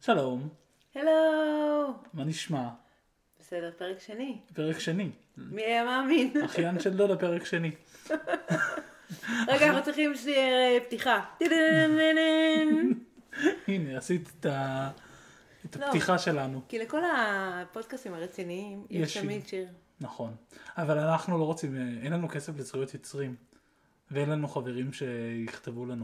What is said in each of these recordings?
שלום, הלו! מה נשמע? בסדר, פרק שני. פרק שני. מי היה מאמין? אחיין של דודה, פרק שני. רגע, אנחנו צריכים שתהיה פתיחה. טידננננן. הנה, עשית את לא. הפתיחה שלנו. כי לכל הפודקאסטים הרציניים יש שיר. תמיד שיר. נכון. אבל אנחנו לא רוצים, אין לנו כסף לזכויות יוצרים. ואין לנו חברים שיכתבו לנו.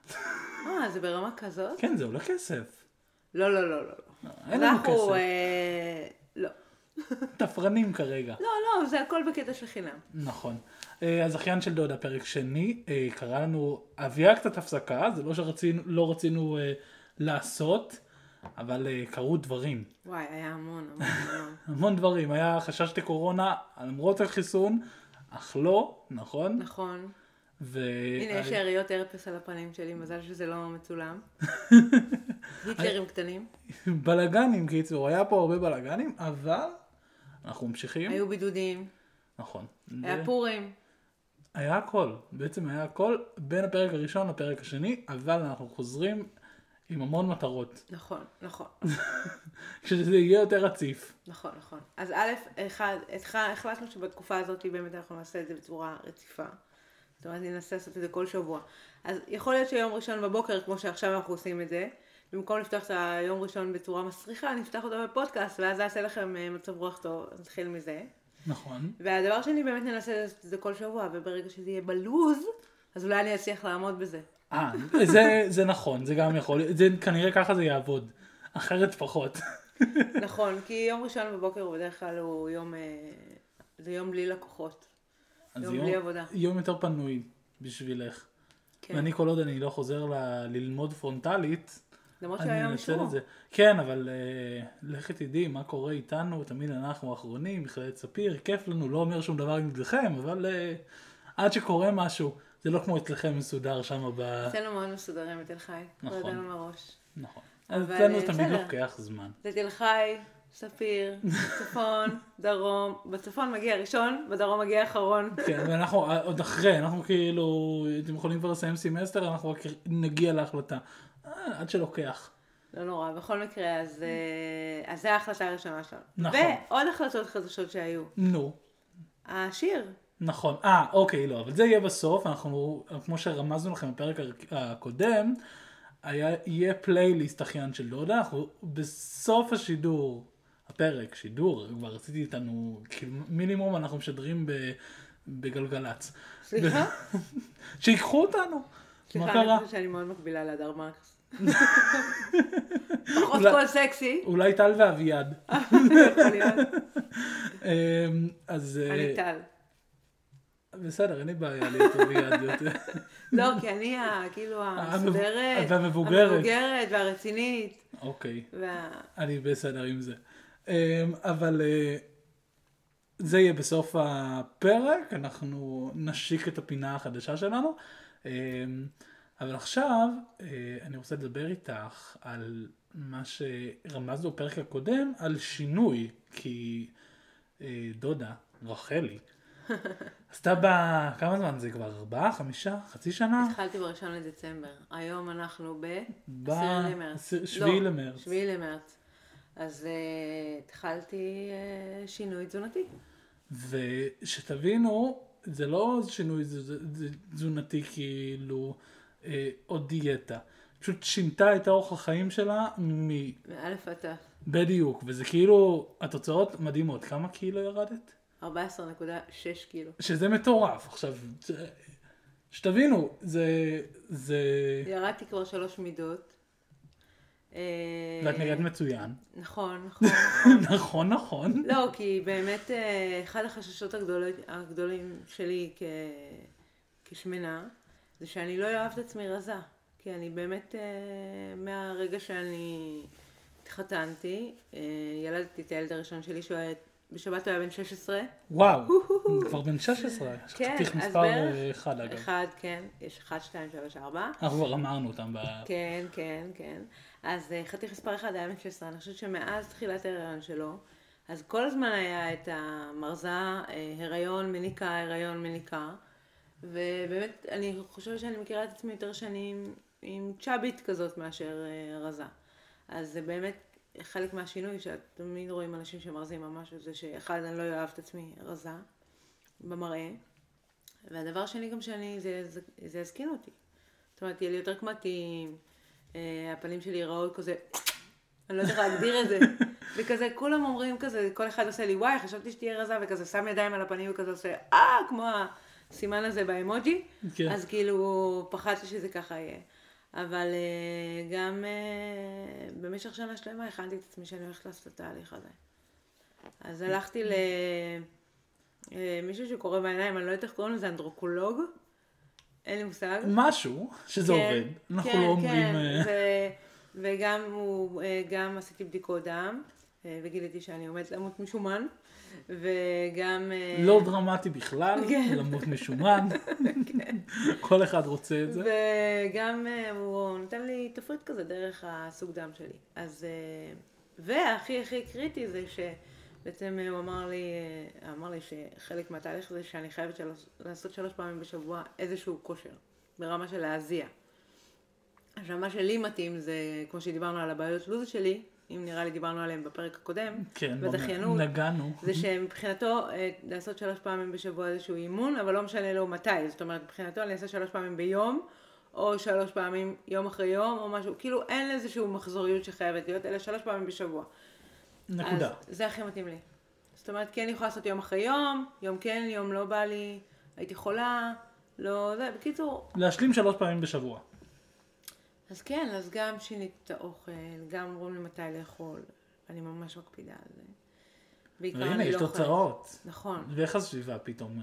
זה ברמה כזאת? כן, זה עולה כסף. לא, לא, לא, לא. אין לנו אנחנו, כסף. לא. תפרנים כרגע. לא, זה הכל בקטע של חינם. נכון. אז אחיין של דודה, פרק שני, קרה לנו, אביה קצת הפסקה, זה לא שלא רצינו לעשות, אבל קרו דברים. וואי, היה המון, המון, המון. המון דברים, היה חשש לקורונה, למרות החיסון, אך לא, נכון? נכון. הנה, יש שאריות הרפס על הפנים שלי, מזל שזה לא מצולם. היטלרים קטנים. בלגנים, קיצור, היה פה הרבה בלגנים, אבל אנחנו ממשיכים. היו בידודים. נכון. היה פורים. היה הכל, בעצם היה הכל בין הפרק הראשון לפרק השני, אבל אנחנו חוזרים עם המון מטרות. נכון, נכון. כשזה יהיה יותר רציף. נכון, נכון. אז החלטנו שבתקופה הזאת באמת אנחנו נעשה את זה בצורה רציפה. זאת אומרת, ננסה לעשות את זה כל שבוע. אז יכול להיות שיום ראשון בבוקר, כמו שעכשיו אנחנו עושים את זה, במקום לפתוח את היום ראשון בצורה מסריחה, נפתח אותו בפודקאסט, ואז זה יעשה לכם מצב רוח טוב, נתחיל מזה. נכון. והדבר שני, באמת ננסה את זה כל שבוע, וברגע שזה יהיה בלוז, אז אולי אני אצליח לעמוד בזה. זה נכון, זה גם יכול, כנראה ככה זה יעבוד, אחרת פחות. נכון, כי יום ראשון בבוקר הוא בדרך כלל הוא זה יום בלי לקוחות. יום בלי עבודה. יום יותר פנוי בשבילך. כן. ואני כל עוד אני לא חוזר ללמוד פרונטלית, למרות אני שהיום אנצל אישור. את זה. כן, אבל לכי תדעי מה קורה איתנו, תמיד אנחנו האחרונים, מכללת ספיר, כיף לנו, לא אומר שום דבר נגדכם, אבל עד שקורה משהו, זה לא כמו אצלכם מסודר שם אצלנו מאוד מסודרים בתל חי. נכון. לא ידענו מראש. נכון. אז אצלנו תמיד בסדר. לוקח זמן. זה תל חי, ספיר, צפון, דרום. בצפון מגיע ראשון, בדרום מגיע אחרון. כן, ואנחנו עוד אחרי, אנחנו כאילו, אתם יכולים כבר לסיים סמסטר, אנחנו רק נגיע להחלטה. עד שלוקח. לא נורא, בכל מקרה, אז זה ההחלטה הראשונה שלנו. נכון. ועוד החלטות חדשות שהיו. נו. השיר. נכון. אוקיי, לא, אבל זה יהיה בסוף. אנחנו, כמו שרמזנו לכם בפרק הקודם, יהיה פלייליסט אחיין של דודה. אנחנו בסוף השידור, הפרק, שידור, כבר רציתי איתנו, כאילו מינימום אנחנו משדרים בגלגלצ. סליחה? שיקחו אותנו. סליחה, אני חושבת שאני מאוד מקבילה להדר מרקס. פחות קול סקסי. אולי טל ואביעד. יכול להיות. אז אני טל. בסדר, אין לי בעיה להיות אביעד יותר. לא, כי אני כאילו המסודרת, והמבוגרת והרצינית. אוקיי, אני בסדר עם זה. אבל זה יהיה בסוף הפרק, אנחנו נשיק את הפינה החדשה שלנו. אבל עכשיו אני רוצה לדבר איתך על מה שרמזנו בפרק הקודם, על שינוי, כי דודה, רחלי, עשתה כמה זמן זה כבר? 4, 5, חצי שנה? התחלתי ב1 לדצמבר. היום אנחנו ב-10 למרץ. 7 למרץ. 7 למרץ. אז התחלתי שינוי תזונתי. ושתבינו, זה לא שינוי תזונתי כאילו עוד דיאטה. פשוט שינתה את האורח החיים שלה מאלף עד תף. בדיוק, וזה כאילו, התוצאות מדהימות. כמה קילו ירדת? 14.6 קילו. שזה מטורף. עכשיו, שתבינו, זה... ירדתי כבר 3 מידות. ואת נראית מצוין. נכון. נכון. לא, כי באמת אחד החששות הגדולים שלי כשמנה, זה שאני לא אוהב את עצמי רזה. כי אני באמת, מהרגע שאני התחתנתי, ילדתי את הילד הראשון שלי, בשבת הוא היה בן 16. וואו, כבר בן 16. כן, שכחתי מספר 1 אגב. 1, כן. יש 1, 2, 3, 4. אנחנו כבר אמרנו אותם. כן. אז חתיך מספר 1 היה בן 16. אני חושבת שמאז תחילת ההיריון שלו, אז כל הזמן היה את המרזה, הריון, מניקה. ובאמת, אני חושבת שאני מכירה את עצמי יותר שנים עם צ'אבית כזאת מאשר רזה. אז זה באמת חלק מהשינוי שאת תמיד רואים אנשים שמרזים ממש, זה שאחד, אני לא אוהב את עצמי רזה במראה, והדבר שני גם זה יזקין אותי. זאת אומרת, יהיה לי יותר קמטים, הפנים שלי יראו כזה, אני לא יודעת איך להגדיר את זה, וכזה כולם אומרים כזה, כל אחד עושה לי וואי, חשבתי שתהיה רזה, וכזה שם ידיים על הפנים וכזה עושה כמו הסימן הזה באמוג'י, כן. אז כאילו פחדתי שזה ככה יהיה. אבל גם במשך שנה שלמה הכנתי את עצמי שאני הולכת לעשות את התהליך הזה. אז הלכתי למישהו שקורא בעיניים, אני לא יודעת איך קוראים לזה, אנדרוקולוג, אין לי מושג. משהו שזה עובד, אנחנו לא אומרים... וגם עשיתי בדיקות דם, וגיליתי שאני עומדת למות משומן, וגם... לא דרמטי בכלל, למות משומן, כל אחד רוצה את זה. וגם הוא נתן לי תפריט כזה דרך הסוג דם שלי. אז, והכי קריטי זה שבעצם הוא אמר לי שחלק מהתהליך זה שאני חייבת לעשות 3 פעמים בשבוע איזשהו כושר, ברמה של להזיע. עכשיו, מה שלי מתאים זה, כמו שדיברנו על הבעיות לוז שלי, אם נראה לי דיברנו עליהם בפרק הקודם, כן, בדחיינות, נגענו. זה שמבחינתו לעשות 3 פעמים בשבוע איזשהו אימון, אבל לא משנה לו מתי, זאת אומרת, מבחינתו אני אעשה 3 פעמים ביום, או 3 פעמים יום אחרי יום, או משהו, כאילו אין איזשהו מחזוריות שחייבת להיות, אלא 3 פעמים בשבוע. נקודה. אז זה הכי מתאים לי. זאת אומרת, כן, אני יכולה לעשות יום אחרי יום, יום כן, יום לא בא לי, הייתי חולה, לא, זה, בקיצור. להשלים 3 פעמים בשבוע. אז כן, אז גם שינית את האוכל, גם אמרו לי מתי לאכול, אני ממש מקפידה על זה. והנה, יש תוצאות. נכון. ואיך הסביבה פתאום,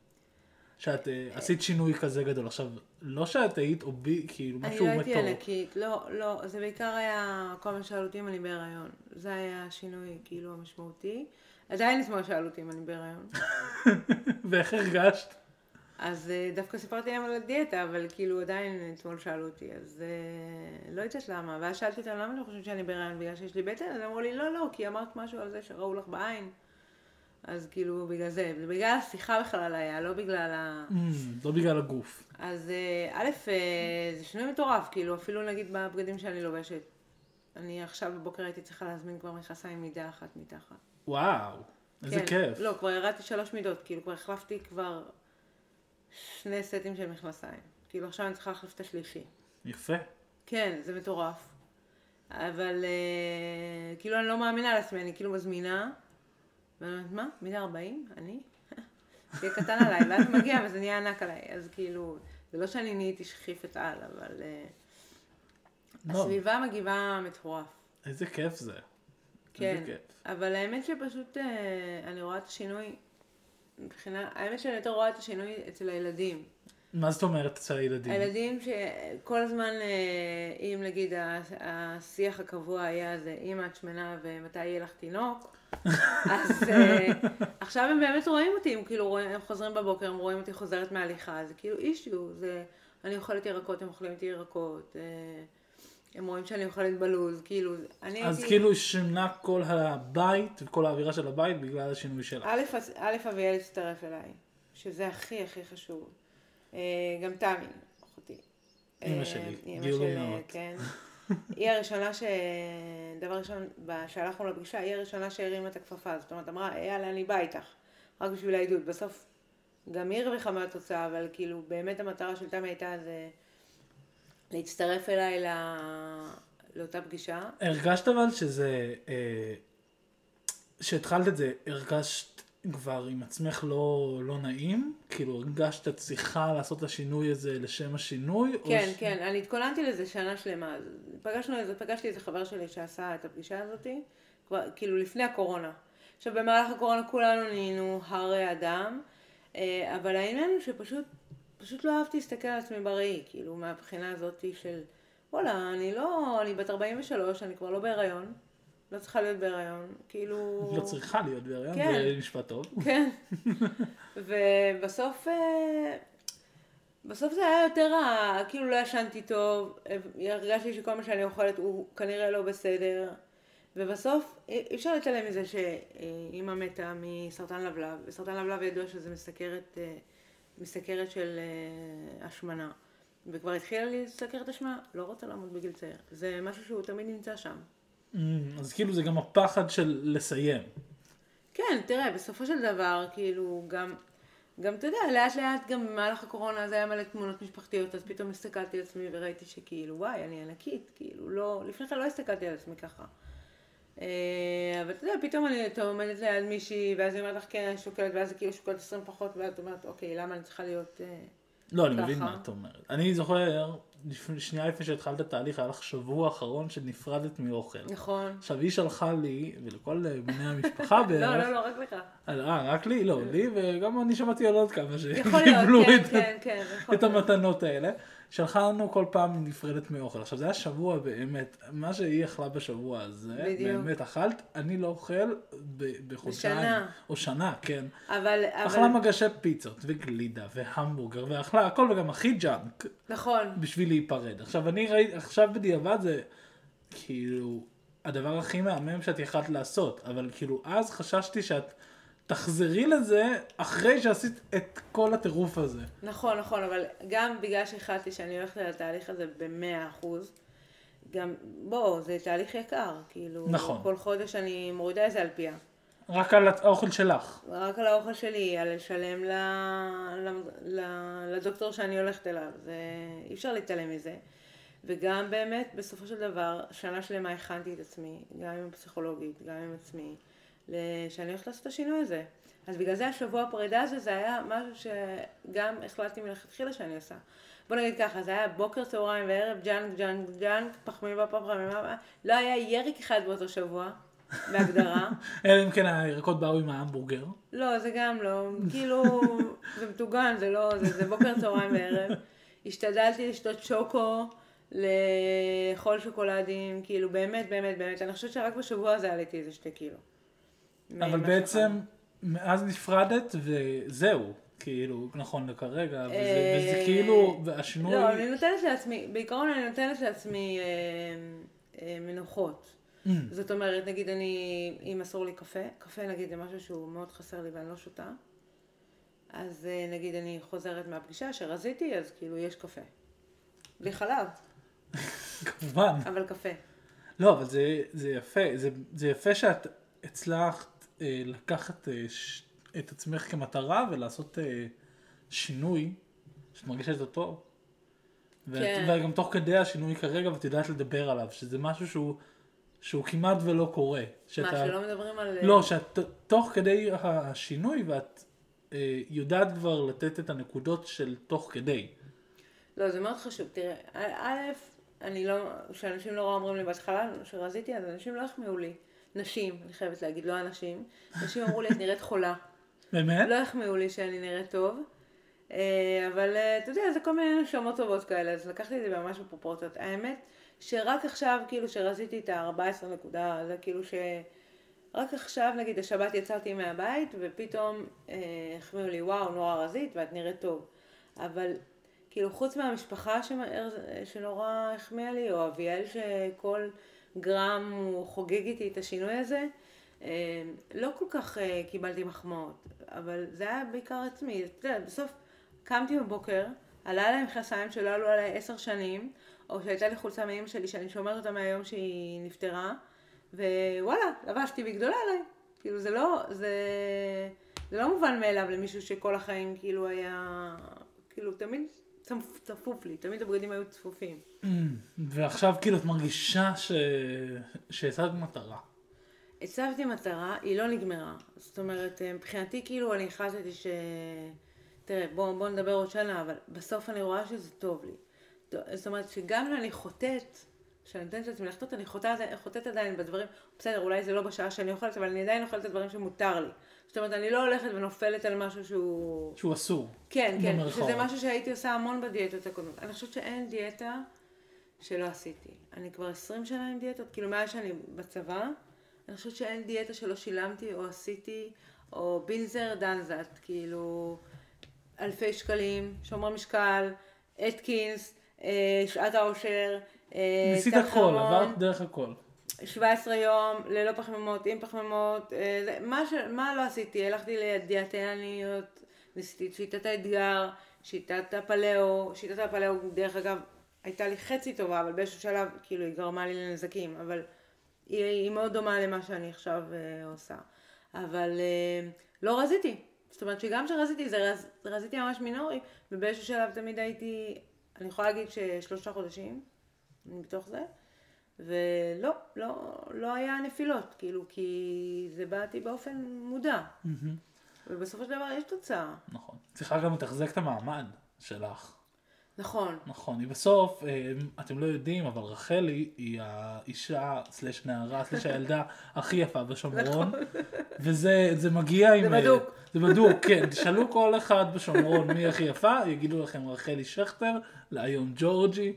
שאת עשית שינוי כזה גדול, עכשיו, לא שאת היית או בי, כאילו משהו מטורף. אני לא הייתי ענקית, לא, זה בעיקר היה, כל מה שאלו אותי אם אני בהיריון, זה היה השינוי כאילו המשמעותי. עדיין אתמול שאלו אותי אם אני בהיריון. ואיך הרגשת? אז דווקא סיפרתי להם על הדיאטה, אבל כאילו עדיין אתמול שאלו אותי, אז לא יודעת למה. ואז שאלתי אותם, למה אני חושבת שאני בהיריון בגלל שיש לי בטן? אז אמרו לי, לא, כי אמרת משהו על זה שראו לך בעין. אז כאילו בגלל זה, בגלל השיחה בכלל היה, לא בגלל לא בגלל הגוף. אז א', זה שינוי מטורף, כאילו אפילו נגיד בבגדים שאני לובשת. אני עכשיו בבוקר הייתי צריכה להזמין כבר מכנסיים מידה אחת מתחת. וואו, איזה כיף. לא, כבר ירדתי 3 מידות, כאילו כבר החלפתי כבר 2 סטים של מכנסיים. כאילו עכשיו אני צריכה להחליף את השלישי. יפה. כן, זה מטורף. אבל כאילו אני לא מאמינה על עצמי, אני כאילו מזמינה. ואני אומרת, מה? מידה 40? אני? זה קטן עליי, ואז זה מגיע וזה נהיה ענק עליי. אז כאילו, זה לא שאני נהייתי שחיפת על, אבל הסביבה מגיבה מטורף. איזה כיף זה. כן, אבל האמת שפשוט אני רואה את השינוי, האמת שאני יותר רואה את השינוי אצל הילדים. מה זאת אומרת אצל הילדים? הילדים שכל הזמן, אם נגיד השיח הקבוע היה זה, אמא את שמנה ומתי יהיה לך תינוק, אז עכשיו הם באמת רואים אותי, הם כאילו הם חוזרים בבוקר, הם רואים אותי חוזרת מההליכה, זה כאילו אישיו, אני אוכלת ירקות, הם אוכלים איתי ירקות, הם רואים שאני אוכלת בלוז, כאילו, אז כאילו שינה כל הבית וכל האווירה של הבית בגלל השינוי שלה. א', אביאל הצטרף אליי, שזה הכי חשוב. גם תמי, אחותי. אמא שלי, גילוי נאות. כן. היא הראשונה דבר ראשון, שהלכנו לפגישה, היא הראשונה שהרימה את הכפפה, זאת אומרת, אמרה, יאללה, אני באה איתך, רק בשביל העידוד. בסוף, גם היא הרוויחה מהתוצאה, אבל כאילו, באמת המטרה של תמי הייתה זה להצטרף אליי לאותה פגישה. הרגשת אבל שזה, שהתחלת את זה, הרגשת כבר עם עצמך לא נעים? כאילו הרגשת את צריכה לעשות את השינוי הזה לשם השינוי? כן, כן, אני התכוננתי לזה שנה שלמה. פגשתי איזה חבר שלי שעשה את הפגישה הזאת, כבר, כאילו לפני הקורונה. עכשיו במהלך הקורונה כולנו נהיינו הרי אדם, אבל העניין הוא שפשוט לא אהבתי להסתכל על עצמי בראי, כאילו מהבחינה הזאת של, וואלה, אני בת 43, אני כבר לא בהיריון. לא צריכה להיות בהיריון, כאילו... לא צריכה להיות בהיריון, כן. זה משפט טוב. כן. ובסוף זה היה יותר, כאילו לא ישנתי טוב, הרגשתי שכל מה שאני אוכלת הוא כנראה לא בסדר, ובסוף אי אפשר להתעלם מזה שאמא מתה מסרטן לבלב, וסרטן לבלב ידוע שזה מסכרת של השמנה. וכבר התחילה לי סכרת השמנה, לא רוצה לעמוד בגיל צעיר. זה משהו שהוא תמיד נמצא שם. אז כאילו זה גם הפחד של לסיים. כן, תראה, בסופו של דבר, כאילו, גם אתה יודע, לאט לאט גם במהלך הקורונה זה היה מלא תמונות משפחתיות, אז פתאום הסתכלתי על עצמי וראיתי שכאילו, וואי, אני ענקית, כאילו, לא, לפני כן לא הסתכלתי על עצמי ככה. אבל אתה יודע, פתאום אני עומדת ליד מישהי, ואז היא אומרת לך, כן, אני שוקלת, ואז היא כאילו שוקלת 20 פחות, ואז את אומרת, אוקיי, למה אני צריכה להיות לא, אני ככה? מבין מה את אומרת. אני זוכר, שנייה לפני שהתחלת את התהליך, היה לך שבוע אחרון שנפרדת מאוכל. נכון. עכשיו, היא שלחה לי, ולכל בני המשפחה בערך. לא, רק לך. רק לי? לא, לי, וגם אני שמעתי על עוד כמה יכול שקיבלו להיות, כן, את המתנות האלה. שלחה לנו כל פעם נפרדת מאוכל. עכשיו, זה היה שבוע באמת, מה שהיא אכלה בשבוע הזה, באמת אכלת, אני לא אוכל בחודשיים. בשנה. או שנה, כן. אבל... אכלה מגשי פיצות, וגלידה, והמבורגר, ואכלה הכל, וגם הכי ג'אנק. נכון. בשביל להיפרד. עכשיו, אני ראיתי, עכשיו בדיעבד זה, כאילו, הדבר הכי מהמם שאת יכולת לעשות, אבל כאילו, אז חששתי שאת תחזרי לזה אחרי שעשית את כל הטירוף הזה. נכון, אבל גם בגלל שהחלטתי שאני הולכת על התהליך הזה ב100%, גם, זה תהליך יקר, כאילו, נכון. כל חודש אני מורידה את זה על פיה. רק על האוכל שלך. רק על האוכל שלי, על לשלם לדוקטור שאני הולכת אליו, אי אפשר להתעלם מזה. וגם באמת, בסופו של דבר, שנה שלמה הכנתי את עצמי, גם עם הפסיכולוגית, גם עם עצמי, שאני הולכת לעשות את השינוי הזה. אז בגלל זה השבוע הפרידה הזה, זה היה משהו שגם החלטתי מלכתחילה שאני עושה. בוא נגיד ככה, זה היה בוקר, צהריים וערב, ג'אנק, פחמימה, לא היה ירק אחד באותו שבוע, בהגדרה. אלא אם כן הירקות באו עם ההמבורגר. לא, זה גם לא, כאילו, זה מטוגן, זה לא, זה בוקר, צהריים וערב. השתדלתי לשתות שוקו, לאכול שוקולדים, כאילו באמת, אני חושבת שרק בשבוע הזה עליתי איזה 2 קילו. אבל בעצם, מאז נפרדת וזהו, כאילו, נכון לכרגע, וזה כאילו, והשינוי... לא, אני נותנת לעצמי, בעיקרון אני נותנת לעצמי מנוחות. זאת אומרת, נגיד אם אסור לי קפה נגיד זה משהו שהוא מאוד חסר לי ואני לא שותה, אז נגיד אני חוזרת מהפגישה שרזיתי, אז כאילו יש קפה. בלי חלב. כמובן. אבל קפה. לא, אבל זה יפה, זה יפה שאת הצלחת לקחת את עצמך כמטרה ולעשות שינוי, שאת מרגישה את אותו. כן. וגם תוך כדי השינוי כרגע, ואת יודעת לדבר עליו, שזה משהו שהוא כמעט ולא קורה. מה, שלא מדברים על... לא, שאת תוך כדי השינוי, ואת יודעת כבר לתת את הנקודות של תוך כדי. לא, זה מאוד חשוב. תראה, אני לא, שאנשים לא אומרים לי בהתחלה שרזיתי, אז אנשים לא החמיאו לי. נשים, אני חייבת להגיד, לא אנשים. נשים אמרו לי, את נראית חולה. באמת? לא החמיאו לי שאני נראית טוב. אבל אתה יודע, זה כל מיני נשמות טובות כאלה, אז לקחתי את זה ממש בפרופורציות. האמת שרק עכשיו, כאילו שרזיתי את ה-14 נקודה, זה כאילו שרק עכשיו, נגיד, השבת יצאתי מהבית, ופתאום החמיאו לי, וואו, נורא רזית, ואת נראית טוב. אבל כאילו, חוץ מהמשפחה שנורא החמיאה לי, או אביאל שכל גרם הוא חוגג איתי את השינוי הזה, לא כל כך קיבלתי מחמאות, אבל זה היה בעיקר עצמי. אתה יודע, בסוף קמתי בבוקר, עלה להם מכנסיים שלא עלו עליי 10 שנים, או שהייתה לי חולצה מאמא שלי שאני שומרת אותה מהיום שהיא נפטרה, ווואלה, לבשתי בגדולה עליי. כאילו זה לא מובן מאליו למישהו שכל החיים כאילו היה, כאילו תמיד צפוף לי, תמיד הבגדים היו צפופים. ועכשיו כאילו את מרגישה שהצבת מטרה. הצבתי מטרה, היא לא נגמרה. זאת אומרת, מבחינתי כאילו אני החלטתי תראה, בוא נדבר עוד שנה, אבל בסוף אני רואה שזה טוב לי. זאת אומרת שגם אם אני חוטאת, כשאני נותנת לעצמי לחטות, אני חוטאת עדיין בדברים, בסדר, אולי זה לא בשעה שאני אוכלת, אבל אני עדיין אוכלת את הדברים שמותר לי. זאת אומרת, אני לא הולכת ונופלת על משהו שהוא אסור. כן, שזה משהו שהייתי עושה המון בדיאטות הקודמות. אני חושבת שאין דיאטה שלא עשיתי. אני כבר 20 שנה עם דיאטות, כאילו מאז שאני בצבא, אני חושבת שאין דיאטה שלא שילמתי או עשיתי, או בינזר דנזת, כאילו אלפי שקלים, שומר משקל, אטקינס, שעת העושר, ניסית הכל, עברת דרך הכל. 17 יום, ללא פחמימות, עם פחמימות, מה לא עשיתי? הלכתי לדיאטניות, ניסיתי את שיטת האתגר, שיטת הפלאו, דרך אגב, הייתה לי חצי טובה, אבל באיזשהו שלב כאילו היא גרמה לי לנזקים, אבל היא מאוד דומה למה שאני עכשיו עושה. אבל לא רזיתי. זאת אומרת שגם כשרזיתי, רזיתי ממש מינורי, ובאיזשהו שלב תמיד הייתי, אני יכולה להגיד ש3 חודשים, אני בתוך זה, ולא, לא היה נפילות, כאילו, כי זה באתי באופן מודע. ובסופו של דבר יש תוצאה. נכון. צריכה גם לתחזק את המעמד שלך. נכון. נכון, היא בסוף, אתם לא יודעים, אבל רחלי היא האישה, סלש נערה, סלש הילדה הכי יפה בשומרון. וזה מגיע עם... זה בדוק. זה בדוק, כן. תשאלו כל אחד בשומרון מי הכי יפה, יגידו לכם רחלי שכטר, להיום ג'ורג'י.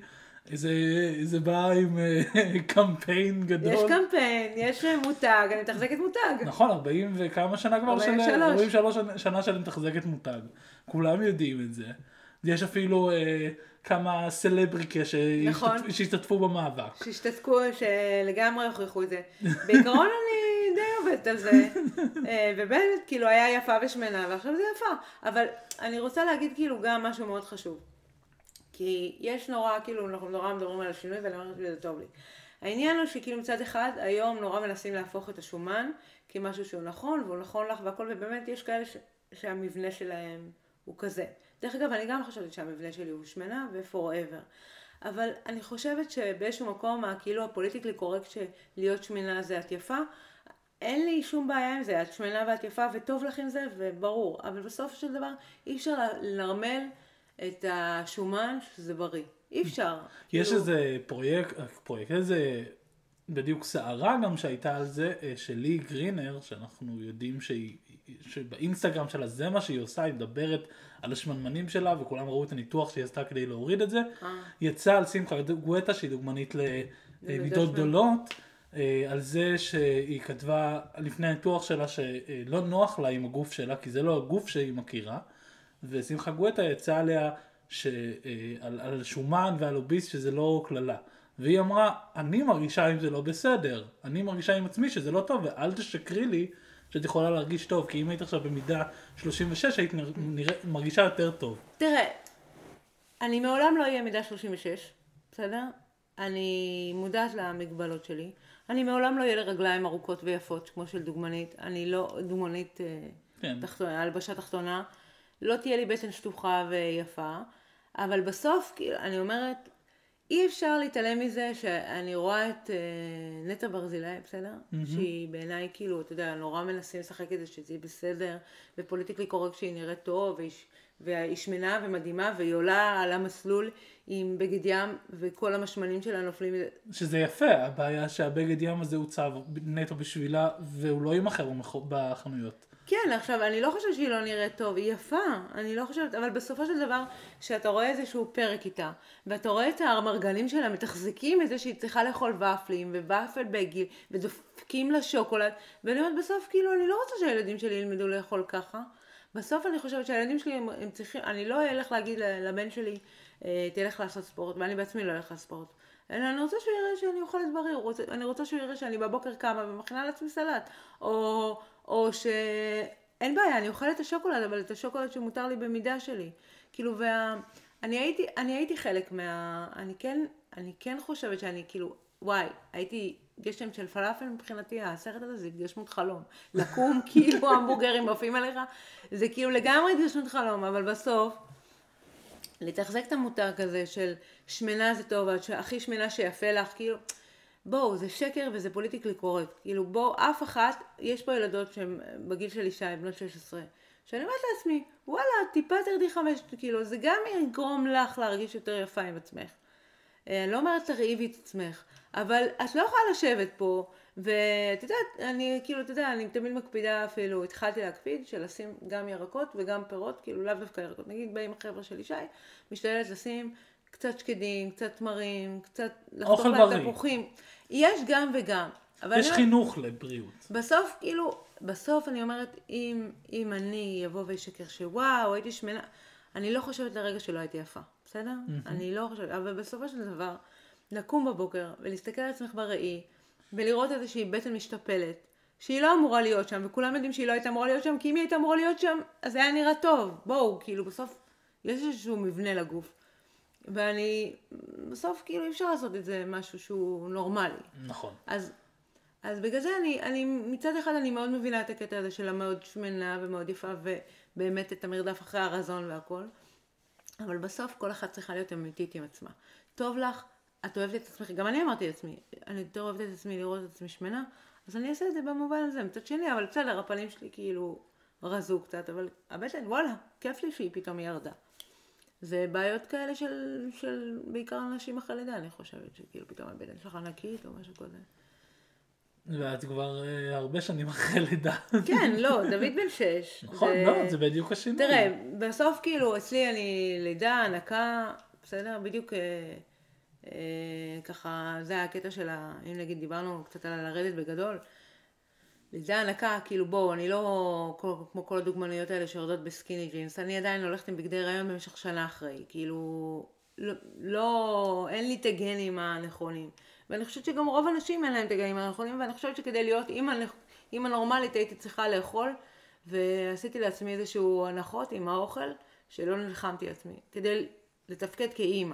זה בא עם קמפיין גדול. יש קמפיין, יש מותג, אני מתחזקת מותג. נכון, 40 וכמה שנה כבר 43 שנה שאני מתחזקת מותג. כולם יודעים את זה. יש אפילו כמה סלבריקה שהשתתפו במאבק. שלגמרי הוכיחו את זה. בעיקרון אני די עובדת על זה. ובאמת, כאילו, היה יפה ושמנה, ועכשיו זה יפה. אבל אני רוצה להגיד כאילו גם משהו מאוד חשוב. כי יש נורא, כאילו, אנחנו נורא מדברים על השינוי, ואני אומרת שזה טוב לי. העניין הוא שכאילו מצד אחד, היום נורא מנסים להפוך את השומן כמשהו שהוא נכון, והוא נכון לך והכל, ובאמת יש כאלה שהמבנה שלהם הוא כזה. דרך אגב, אני גם חושבת שהמבנה שלי הוא שמנה ו-forever. אבל אני חושבת שבאיזשהו מקום, כאילו הפוליטיקלי קורקט שלהיות שמנה זה את יפה, אין לי שום בעיה עם זה, את שמנה ואת יפה וטוב לך עם זה, וברור. אבל בסוף של דבר אי אפשר לרמל את השומן שזה בריא. אי אפשר. יש איזה פרויקט, איזה בדיוק סערה גם שהייתה על זה, של לי גרינר, שאנחנו יודעים שבאינסטגרם שלה זה מה שהיא עושה, היא מדברת על השמנמנים שלה, וכולם ראו את הניתוח שהיא עשתה כדי להוריד את זה. יצא על שמחה גואטה, שהיא דוגמנית למידות גדולות, על זה שהיא כתבה לפני הניתוח שלה שלא נוח לה עם הגוף שלה, כי זה לא הגוף שהיא מכירה, ושמחה גואטה יצא עליה על שומן ועל אוביס שזה לא כללה. והיא אמרה, אני מרגישה אם זה לא בסדר, אני מרגישה עם עצמי שזה לא טוב, ואל תשקרי לי שאת יכולה להרגיש טוב, כי אם היית עכשיו במידה 36, היית מרגישה יותר טוב. תראה, אני מעולם לא אהיה מידה 36, בסדר? אני מודעת למגבלות שלי. אני מעולם לא אהיה לרגליים ארוכות ויפות, כמו של דוגמנית. אני לא דוגמנית תחתונה, הלבשה תחתונה. לא תהיה לי בטן שטוחה ויפה. אבל בסוף, אני אומרת, אי אפשר להתעלם מזה שאני רואה את נטע ברזילי, בסדר? שהיא בעיניי כאילו, אתה יודע, נורא מנסים לשחק את זה שזה יהיה בסדר, ופוליטיקלי קורקט שהיא נראית טוב, והיא שמנה ומדהימה, והיא עולה על המסלול עם בגד ים, וכל המשמנים שלה נופלים. שזה יפה, הבעיה שהבגד ים הזה הוצב נטו בשבילה, והוא לא ימחר בחנויות. כן, עכשיו, אני לא חושבת שהיא לא נראית טוב, היא יפה, אני לא חושבת, אבל בסופו של דבר, שאתה רואה איזשהו פרק איתה, ואתה רואה את המרגלים שלה מתחזקים את זה שהיא צריכה לאכול ופלים, וופל בגיל, ודופקים לה שוקולד, ואני אומרת, בסוף, כאילו, אני לא רוצה שהילדים שלי ילמדו לאכול ככה. בסוף אני חושבת שהילדים שלי הם צריכים, אני לא אלך להגיד לבן שלי, תלך לעשות ספורט, ואני בעצמי לא אלך לספורט. אלא אני רוצה שהוא יראה שאני אוכלת בריא, אני רוצה שהוא יראה שאני בבוקר קמה ומכינה לעצמי סלט, או שאין בעיה, אני אוכלת את השוקולד, אבל את השוקולד שמותר לי במידה שלי. כאילו, אני הייתי חלק אני כן חושבת שאני כאילו, וואי, הייתי גשם של פלאפל מבחינתי, הסרט הזה זה התגשמות חלום. לקום כאילו המבורגרים מופיעים עליך, זה כאילו לגמרי התגשמות חלום, אבל בסוף, לתחזק את המותג הזה של שמנה זה טוב, הכי שמנה שיפה לך, כאילו, בואו, זה שקר וזה פוליטיקלי קורקט. כאילו, בואו, אף אחת, יש פה ילדות שהן בגיל של אישה, בנות 16, שאני אומרת לעצמי, וואלה, טיפה תרדי 5, כאילו, זה גם יגרום לך להרגיש יותר יפה עם עצמך. אני לא אומרת תרעיבי את עצמך, אבל את לא יכולה לשבת פה, ואת יודעת, אני תמיד מקפידה אפילו, התחלתי להקפיד של לשים גם ירקות וגם פירות, כאילו לאו דווקא ירקות. נגיד באים החבר'ה של ישי, משתדלת לשים קצת שקדים, קצת תמרים, קצת לחתוך להם תפוחים. יש גם וגם. יש חינוך לבריאות. בסוף, כאילו, בסוף אני אומרת, אם אני אבוא וישקר שוואו, הייתי שמנה, אני לא חושבת לרגע שלא הייתי יפה, בסדר? אני לא חושבת, אבל בסופו של דבר, לקום בבוקר ולהסתכל על עצמך בראי, ולראות איזושהי בטן משתפלת, שהיא לא אמורה להיות שם, וכולם יודעים שהיא לא הייתה אמורה להיות שם, כי אם היא הייתה אמורה להיות שם, אז זה היה נראה טוב. בואו, כאילו, בסוף, יש איזשהו מבנה לגוף. ואני, בסוף, כאילו, אי אפשר לעשות את זה משהו שהוא נורמלי. נכון. אז אז בגלל זה מצד אחד אני מאוד מבינה את הקטע הזה של המאוד שמנה ומאוד יפה, ובאמת את המרדף אחרי הרזון והכל. אבל בסוף כל אחת צריכה להיות אמיתית עם עצמה. טוב לך, את אוהבת את עצמך, גם אני אמרתי לעצמי, אני יותר אוהבת את עצמי לראות את עצמי שמנה, אז אני אעשה את זה במובן הזה. מצד שני, אבל בסדר, הפנים שלי כאילו רזו קצת, אבל הבטן, וואלה, כיף לי שהיא פתאום ירדה. זה בעיות כאלה של בעיקר אנשים אחרי לידה, אני חושבת, שכאילו פתאום הבטן שלך ענקית או משהו כזה. ואת כבר הרבה שנים אחרי לידה. כן, לא, דוד בן 6. נכון, לא, זה בדיוק השינוי. תראה, בסוף כאילו, אצלי אני לידה, הנקה, בסדר, בדיוק ככה, זה היה הקטע של אם נגיד דיברנו קצת על לרדת בגדול, לידה, הנקה, כאילו בואו, אני לא כמו כל הדוגמניות האלה שיורדות בסקיני ג'ינס, אני עדיין הולכת עם בגדי הריון במשך שנה אחרי, כאילו, לא, אין לי את הגנים הנכונים. ואני חושבת שגם רוב האנשים אין להם את הגנים הנכונים, ואני חושבת שכדי להיות אימא נורמלית הייתי צריכה לאכול, ועשיתי לעצמי איזשהו הנחות עם האוכל, שלא נלחמתי עצמי, כדי לתפקד כאימא.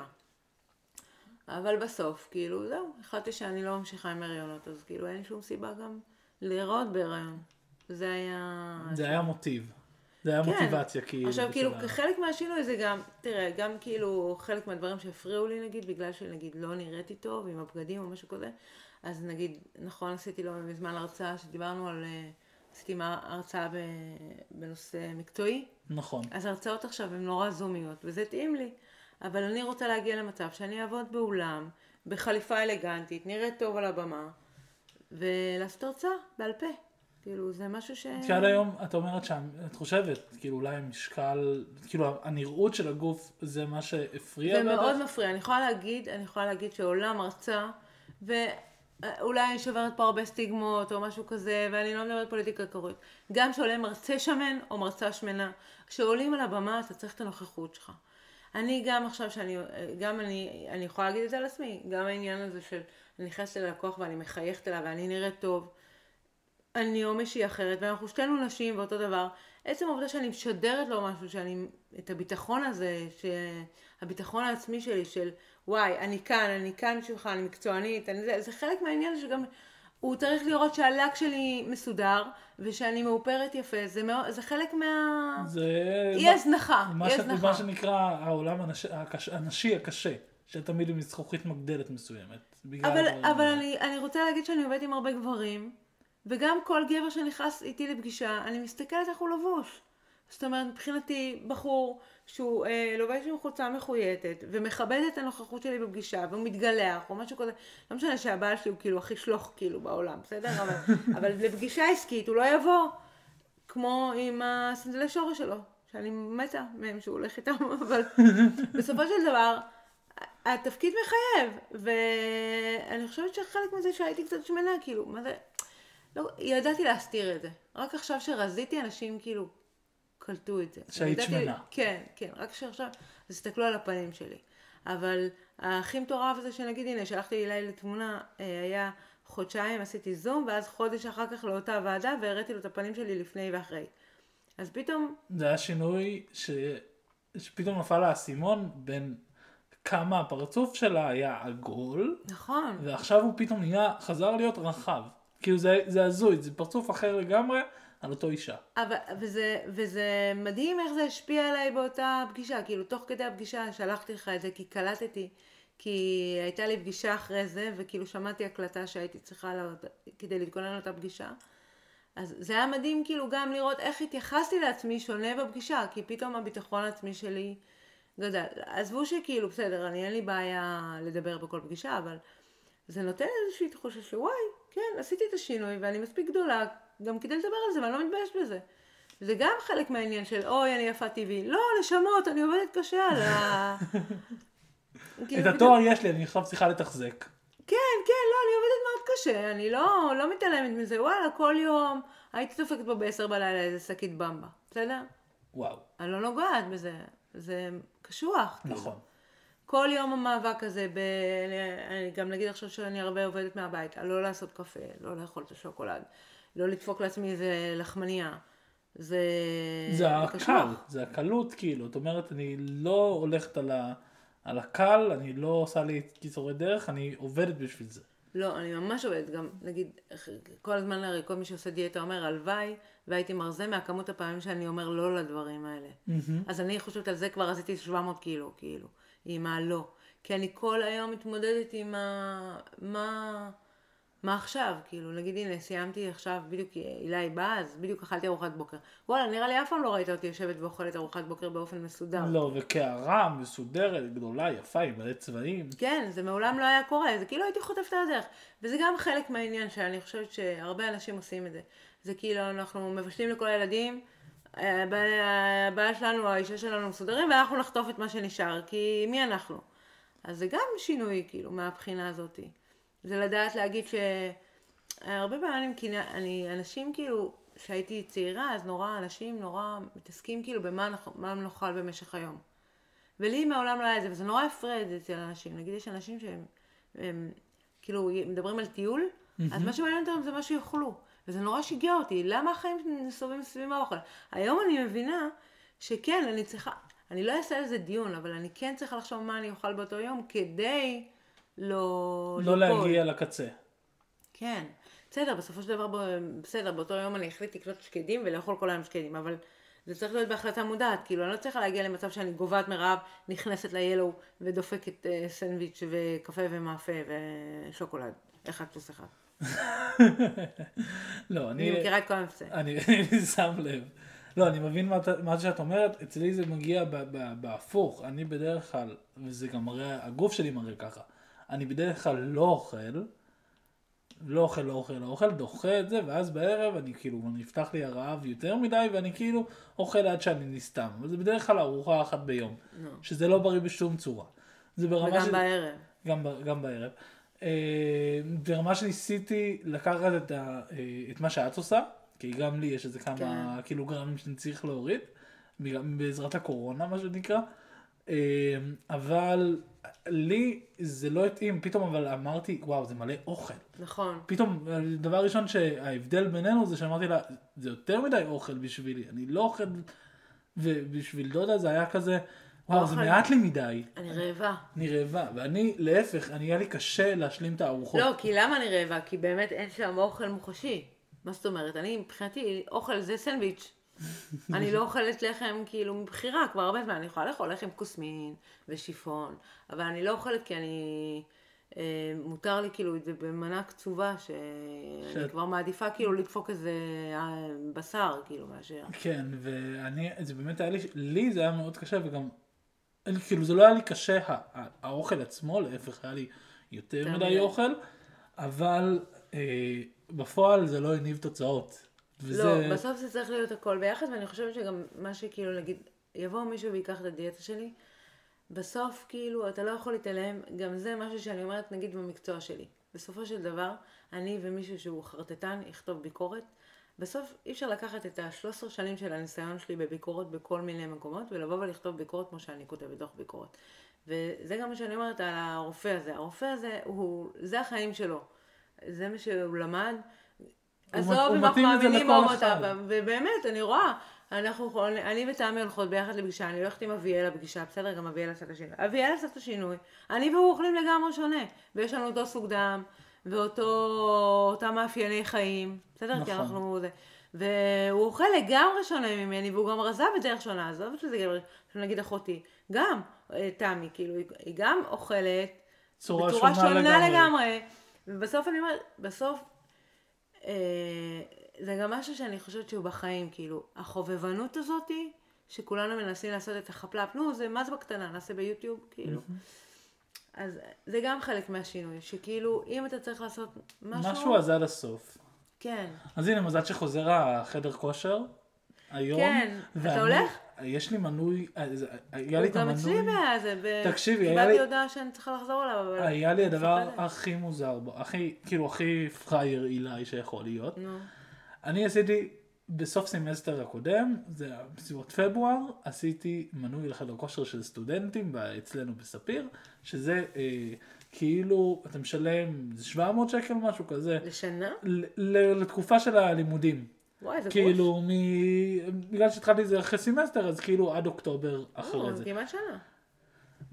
אבל בסוף, כאילו, זהו, החלטתי שאני לא ממשיכה עם הריונות, אז כאילו אין שום סיבה גם להיראות בהיריון. זה היה מוטיב. זה היה מוטיבציה, כאילו. עכשיו, כאילו, כחלק מהשינוי זה גם, תראה, גם כאילו חלק מהדברים שהפריעו לי, נגיד, בגלל שנגיד לא נראיתי טוב עם הבגדים או משהו כזה, אז נגיד, נכון, עשיתי לא מזמן הרצאה שדיברנו על, עשיתי הרצאה בנושא מקצועי. נכון. אז הרצאות עכשיו הן נורא זומיות, וזה התאים לי. אבל אני רוצה להגיע למצב שאני אעבוד באולם, בחליפה אלגנטית, נראית טוב על הבמה, ולעשות הרצאה בעל פה. כאילו, זה משהו כי עד היום, את אומרת שאת חושבת, כאילו אולי משקל, כאילו הנראות של הגוף זה מה שהפריע? זה מאוד מפריע. אני יכולה להגיד שעולם הרצאה, ואולי אני שוברת פה הרבה סטיגמות או משהו כזה, ואני לא מדברת פוליטיקה קורית. גם שעולה מרצה שמן או מרצה שמנה, כשעולים על הבמה אתה צריך את הנוכחות שלך. אני גם עכשיו אני יכולה להגיד את זה על עצמי, גם העניין הזה של אני נכנסת ללקוח ואני מחייכת אליו ואני נראית טוב, אני או מישהי אחרת, ואנחנו שתינו נשים ואותו דבר. עצם העובדה שאני משדרת לו משהו, את הביטחון הזה, הביטחון העצמי שלי של וואי, אני כאן בשבילך, אני מקצוענית, זה חלק מהעניין שגם הוא צריך לראות שהלק שלי מסודר, ושאני מאופרת יפה, זה חלק אי הזנחה. מה שנקרא העולם הנשי הקשה, שתמיד עם זכוכית מגדלת מסוימת. אבל אני רוצה להגיד שאני עובדת עם הרבה גברים, וגם כל גבר שנכנס איתי לפגישה, אני מסתכלת איך הוא לבוש. זאת אומרת, מבחינתי בחור שהוא לובש עם חולצה מחויטת, ומכבד את הנוכחות שלי בפגישה, והוא מתגלח, או משהו כזה. לא משנה שהבעל שלי הוא כאילו הכי שלוח כאילו בעולם, בסדר? אבל לפגישה עסקית הוא לא יבוא, כמו עם הסנדלי שורש שלו, שאני מתה מהם שהוא הולך איתם, אבל בסופו של דבר, התפקיד מחייב, ואני חושבת שחלק מזה שהייתי קצת שמנה, כאילו, מה זה? לא, ידעתי להסתיר את זה. רק עכשיו שרזיתי, אנשים כאילו קלטו את זה. שהיית שמנה. כן, רק שעכשיו, אז הסתכלו על הפנים שלי. אבל הכי מטורף זה שנגיד, הנה, שלחתי אליי לתמונה, היה חודשיים, עשיתי זום, ואז חודש אחר כך לאותה ועדה, והראיתי לו את הפנים שלי לפני ואחרי. אז פתאום... זה היה שינוי שפתאום נפל האסימון בין כמה הפרצוף שלה היה עגול. נכון. ועכשיו הוא פתאום חזר להיות רחב. כאילו זה הזוי, זה פרצוף אחר לגמרי על אותו אישה. וזה מדהים איך זה השפיע עליי באותה פגישה, כאילו תוך כדי הפגישה שלחתי לך את זה כי קלטתי, כי הייתה לי פגישה אחרי זה, וכאילו שמעתי הקלטה שהייתי צריכה כדי להתכונן לאותה פגישה. אז זה היה מדהים כאילו גם לראות איך התייחסתי לעצמי שונה בפגישה, כי פתאום הביטחון העצמי שלי גדל. עזבו שכאילו בסדר, אין לי בעיה לדבר בכל פגישה, אבל זה נותן איזושהי תחושה שוואי, כן, עשיתי את השינוי ואני מספיק גדולה גם כדי לדבר על זה ואני לא מתבייש בזה. זה גם חלק מהעניין של אוי, אני יפה טבעי. לא, לשמות, אני עובדת קשה על את התואר יש לי, אני עכשיו צריכה לתחזק. כן, לא, אני עובדת מאוד קשה, אני לא מתעלמת מזה. וואלה, כל יום הייתי דופקת פה ב-10 בלילה איזה שקית במבה, בסדר? וואו. אני לא נוגעת בזה, זה קשוח. נכון. כל יום המאבק הזה, אני גם נגיד עכשיו שאני הרבה עובדת מהבית, לא לעשות קפה, לא לאכול את השוקולד, לא לדפוק לעצמי איזה לחמניה. זה הקל, זה הקלות כאילו. זאת אומרת, אני לא הולכת על הקל, אני לא עושה לי קיצורי דרך, אני עובדת בשביל זה. לא, אני ממש עובדת גם, נגיד, כל הזמן הרי כל מי שעושה דיאטה אומר, הלוואי, והייתי מרזה מהכמות הפעמים שאני אומר לא לדברים האלה. אז אני חושבת על זה כבר עשיתי 700 קילו, כאילו, עם הלא. כי אני כל היום מתמודדת עם מה עכשיו? כאילו, נגיד, הנה, סיימתי עכשיו, בדיוק אילי בא, אז בדיוק אכלתי ארוחת בוקר. וואלה, נראה לי אף פעם לא ראית אותי יושבת ואוכלת ארוחת בוקר באופן מסודר. לא, וקערה מסודרת, גדולה, יפה, עם מלא צבעים. כן, זה מעולם לא היה קורה, זה כאילו הייתי חוטפת על הדרך. וזה גם חלק מהעניין שאני חושבת שהרבה אנשים עושים את זה. זה כאילו אנחנו מבשלים לכל הילדים, הבעיה שלנו, האישה שלנו מסודרים, ואנחנו נחטוף את מה שנשאר, כי מי אנחנו? אז זה גם שינוי, כאילו, מהבחינה הזאת. זה לדעת להגיד שהרבה פעמים, אנשים כאילו, שהייתי צעירה, אז אנשים נורא מתעסקים כאילו במה נאכל במשך היום. ולי מעולם לא היה את זה, וזה נורא הפרד אצל אנשים. נגיד, יש אנשים שהם כאילו מדברים על טיול, אז מה שמעניין אותם זה מה שיוכלו. וזה נורא שיגע אותי, למה החיים נסובים סביב האוכל? היום אני מבינה שכן, אני לא אעשה על זה דיון, אבל אני כן צריכה לחשוב מה אני אוכל באותו יום, כדי לא להגיע לקצה. כן, בסדר, בסופו של דבר, בסדר, באותו יום אני החליט לקנות שקדים ולאכול כל היום שקדים, אבל זה צריך להיות בהחלטה מודעת, כאילו אני לא צריכה להגיע למצב שאני גובעת מרעב, נכנסת לילו ודופקת סנדוויץ' וקפה ומאפה ושוקולד, אחד פלוס אחד. לא, אני מכירה את כל המפצה. אני שם לב. לא, אני מבין מה שאת אומרת, אצלי זה מגיע בהפוך, אני בדרך כלל, וזה גם מראה, הגוף שלי מראה ככה, אני בדרך כלל לא אוכל, דוחה את זה, ואז בערב אני כאילו, נפתח לי הרעב יותר מדי, ואני כאילו אוכל עד שאני נסתם. אבל זה בדרך כלל ארוחה אחת ביום, שזה לא בריא בשום צורה. זה ברמה וגם בערב. גם בערב. ברמה שניסיתי לקחת את מה שאת עושה, כי גם לי יש איזה כמה קילוגרמים שאני צריך להוריד, בעזרת הקורונה, מה שנקרא. אבל לי זה לא התאים, פתאום אבל אמרתי, וואו, זה מלא אוכל. נכון. פתאום, הדבר ראשון שההבדל בינינו זה שאמרתי לה, זה יותר מדי אוכל בשבילי, אני לא אוכל, ובשביל דודה זה היה כזה, וואו, זה מעט לי מדי. אני רעבה, ואני, להפך, היה לי קשה להשלים את הארוחות. לא, כי למה אני רעבה? כי באמת אין שם אוכל מוחשי. מה זאת אומרת? אני, מבחינתי, אוכל זה סנדוויץ'. אני לא אוכלת לחם כאילו מבחירה, כבר הרבה זמן, אני יכולה לאכול לחם קוסמין ושיפון, אבל אני לא אוכלת כי מותר לי כאילו את זה במנה קצובה, שאני כבר מעדיפה כאילו לדפוק איזה בשר כאילו מאשר. כן, זה באמת היה לי זה היה מאוד קשה, וגם, כאילו זה לא היה לי קשה האוכל עצמו, להפך היה לי יותר מדי אוכל, אבל בפועל זה לא הניב תוצאות. לא, בסוף זה צריך להיות הכל ביחד, ואני חושבת שגם מה שכאילו נגיד, יבוא מישהו ויקח את הדיאטה שלי, בסוף כאילו אתה לא יכול להתעלם, גם זה משהו שאני אומרת נגיד במקצוע שלי. בסופו של דבר, אני ומישהו שהוא חרטטן יכתוב ביקורת, בסוף אי אפשר לקחת את ה-13 שנים של הניסיון שלי בביקורות בכל מיני מקומות, ולבוא ולכתוב ביקורת כמו שאני כותבת דוח ביקורת. וזה גם מה שאני אומרת על הרופא הזה. הרופא הזה, זה החיים שלו. זה מה שהוא למד. עזוב אם אנחנו מאמינים או אותה, ובאמת, אני רואה, אני ותמי הולכות ביחד לפגישה, אני הולכת עם אביאל לפגישה, בסדר, גם אביאל עשה את השינוי. אביאל עשה את השינוי, אני והוא אוכלים לגמרי שונה, ויש לנו אותו סוג דם, ואותה מאפייני חיים, בסדר, כי אנחנו זה. והוא אוכל לגמרי שונה ממני, והוא גם רזה בדרך שונה, עזוב שזה גבר, נגיד אחותי, גם תמי, כאילו, היא גם אוכלת בצורה שונה לגמרי, ובסוף אני אומרת, בסוף, זה גם משהו שאני חושבת שהוא בחיים, כאילו, החובבנות הזאת, שכולנו מנסים לעשות את החפלאפ, זה מה זה בקטנה, נעשה ביוטיוב, כאילו. אז זה גם חלק מהשינוי, שכאילו, אם אתה צריך לעשות משהו אז עד הסוף. כן. אז הנה, מזל שחוזר החדר כושר, היום. כן, אתה הולך? יש לי מנוי, היה לי את המנוי. הוא גם אצלי בעזה, תקשיבי, קיבלתי הודעה שאני צריכה לחזור אליו. היה לי הדבר הכי מוזר בו, כאילו הכי פרייר אילי שיכול להיות. אני עשיתי בסוף סמסטר הקודם, זה בסביבות פברואר, עשיתי מנוי לחדר כושר של סטודנטים אצלנו בספיר, שזה כאילו, אתה משלם 700 שקל משהו כזה. לשנה? לתקופה של הלימודים. וואי, זה כאילו, בגלל שהתחלתי את זה אחרי סמסטר, אז כאילו עד אוקטובר אחרי זה. כמעט שנה.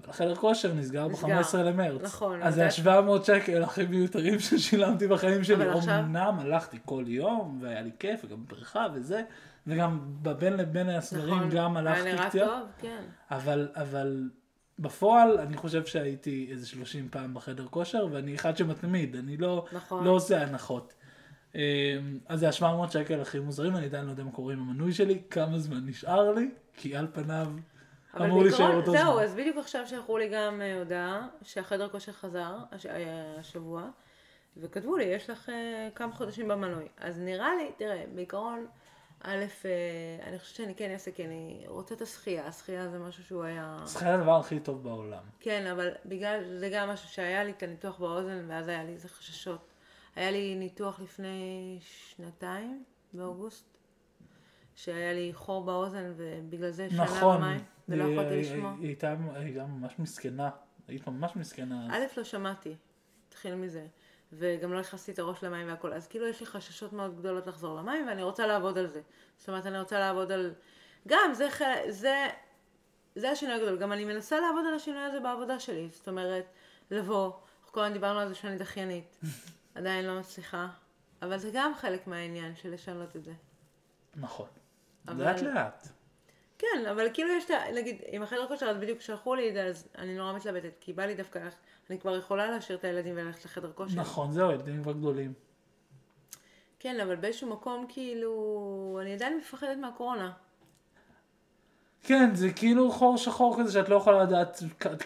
החדר כושר נסגר ב-15 למרץ. נכון. אז זה 700 שקל הכי מיותרים ששילמתי בחיים שלי. עכשיו... אמנם הלכתי כל יום, והיה לי כיף, וגם בריכה וזה, וגם בין לבין הסגרים נכון. גם הלכתי היה קצת. נראה טוב, כן. אבל בפועל אני חושב שהייתי איזה 30 פעם בחדר כושר, ואני אחד שמתמיד, אני לא עושה הנחות. אז זה 700 שקל הכי מוזרים, אני עדיין לא יודע מה קורה עם המנוי שלי, כמה זמן נשאר לי, כי על פניו אמור להישאר אותו זמן. זהו, אז בדיוק עכשיו שלחו לי גם הודעה שהחדר כושר חזר השבוע, וכתבו לי, יש לך כמה חודשים במנוי. אז נראה לי, תראה, בעיקרון, א', אני חושבת שאני כן אעשה, כי אני רוצה את השחייה. השחייה זה משהו שהוא היה... השחייה זה הדבר הכי טוב בעולם. כן, אבל בגלל, זה גם משהו שהיה לי את הניתוח באוזן, ואז היה לי איזה חששות. היה לי ניתוח לפני 2 באוגוסט, שהיה לי חור באוזן, ובגלל זה שנה במים, ולא יכולתי לשמוע. היא הייתה ממש מסכנה, היית ממש מסכנה. א', לא שמעתי, התחיל מזה, וגם לא הכנסתי את הראש למים והכל, אז כאילו יש לי חששות מאוד גדולות לחזור למים, ואני רוצה לעבוד על זה. זאת אומרת, אני רוצה לעבוד על... גם, זה השינוי הגדול, גם אני מנסה לעבוד על השינוי הזה בעבודה שלי, זאת אומרת, לבוא, כל הזמן דיברנו על זה שאני דחיינית, עדיין לא מצליחה, אבל זה גם חלק מהעניין של לשנות את זה. נכון, לאט לאט. כן, אבל כאילו יש, נגיד, עם החדר כושר, אז בדיוק שלחו לי את זה, אז אני נורא מתלבטת, כי בא לי דווקא, אני כבר יכולה להשאיר את הילדים וללכת לחדר כושר. נכון, זהו, ילדים כבר גדולים. כן, אבל באיזשהו מקום, כאילו, אני עדיין מפחדת מהקורונה. כן, זה כאילו חור שחור כזה, שאת לא יכולה לדעת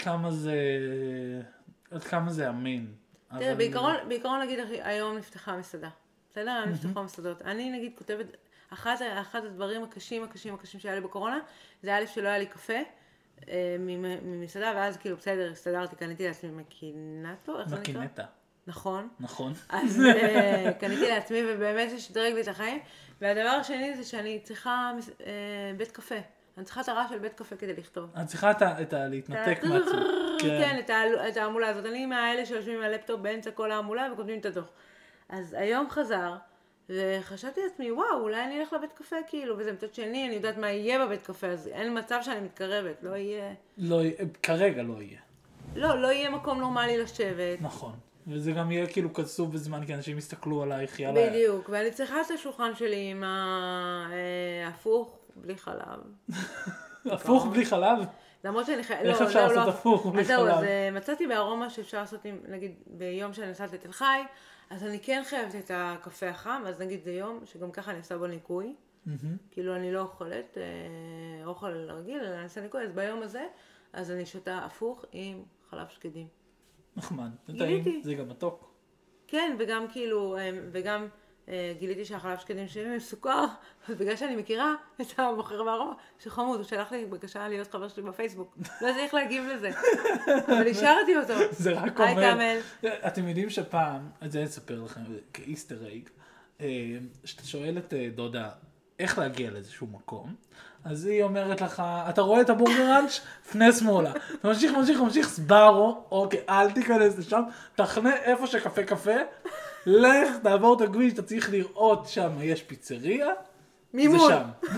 עד כמה זה אמין. תראה, בעיקרון נגיד, היום נפתחה מסעדה. בסדר? נפתחו מסעדות. אני נגיד כותבת, אחד הדברים הקשים שהיה לי בקורונה, זה א' שלא היה לי קפה ממסעדה, ואז כאילו בסדר, הסתדרתי, קניתי לעצמי מקינטו, איך זה נקרא? מקינטה. נכון. נכון. אז קניתי לעצמי ובאמת זה שדרג לי את החיים. והדבר השני זה שאני צריכה בית קפה. אני צריכה את הרעש של בית קפה כדי לכתוב. אני צריכה את להתנתק מעצמי. כן, את העמולה הזאת. אני מהאלה שיושבים עם הלפטופ באמצע כל העמולה וכותבים את הדוח. אז היום חזר, וחשבתי לעצמי, וואו, אולי אני אלך לבית קפה כאילו, וזה מצד שני, אני יודעת מה יהיה בבית קפה, אז אין מצב שאני מתקרבת, לא יהיה... כרגע לא יהיה. לא יהיה מקום נורמלי לשבת. נכון. וזה גם יהיה כאילו קצוב בזמן, כי אנשים יסתכלו עלייך, יאללה. בדיוק, ואני צריכה את השולחן שלי עם ההפוך, בלי חלב. הפוך בלי חלב? למרות שאני איך אפשר לעשות הפוך בלי חלב? אז מצאתי בארומה שאפשר לעשות, נגיד ביום שאני נסעת לתל חי, אז אני כן חייבת את הקפה החם, אז נגיד זה יום שגם ככה אני עושה בו ניקוי. כאילו אני לא אוכלת אוכל רגיל, אלא אני עושה ניקוי, אז ביום הזה, אז אני שותה הפוך עם חלב שקדים. נחמד, גיליתי. זה גם מתוק. כן, וגם כאילו, גיליתי שהחלב שקדים שלי עם סוכר, אז בגלל שאני מכירה את המוכר בארומה, שחמוד, הוא שלח לי בקשה להיות חבר שלי בפייסבוק. לא צריך להגיב לזה, אבל השארתי אותו. זה רק אומר. היי קאמל. אתם יודעים שפעם, את זה אספר לכם, כאיסטר אייג, שאתה שואל את דודה איך להגיע לאיזשהו מקום, אז היא אומרת לך, אתה רואה את הבורגראנץ'? פנה שמאלה. אתה ממשיך, סברו, אוקיי, אל תיכנס לשם, תחנה איפה שקפה, לך, תעבור את הכביש, אתה צריך לראות שם, יש פיצריה, מימון. זה שם.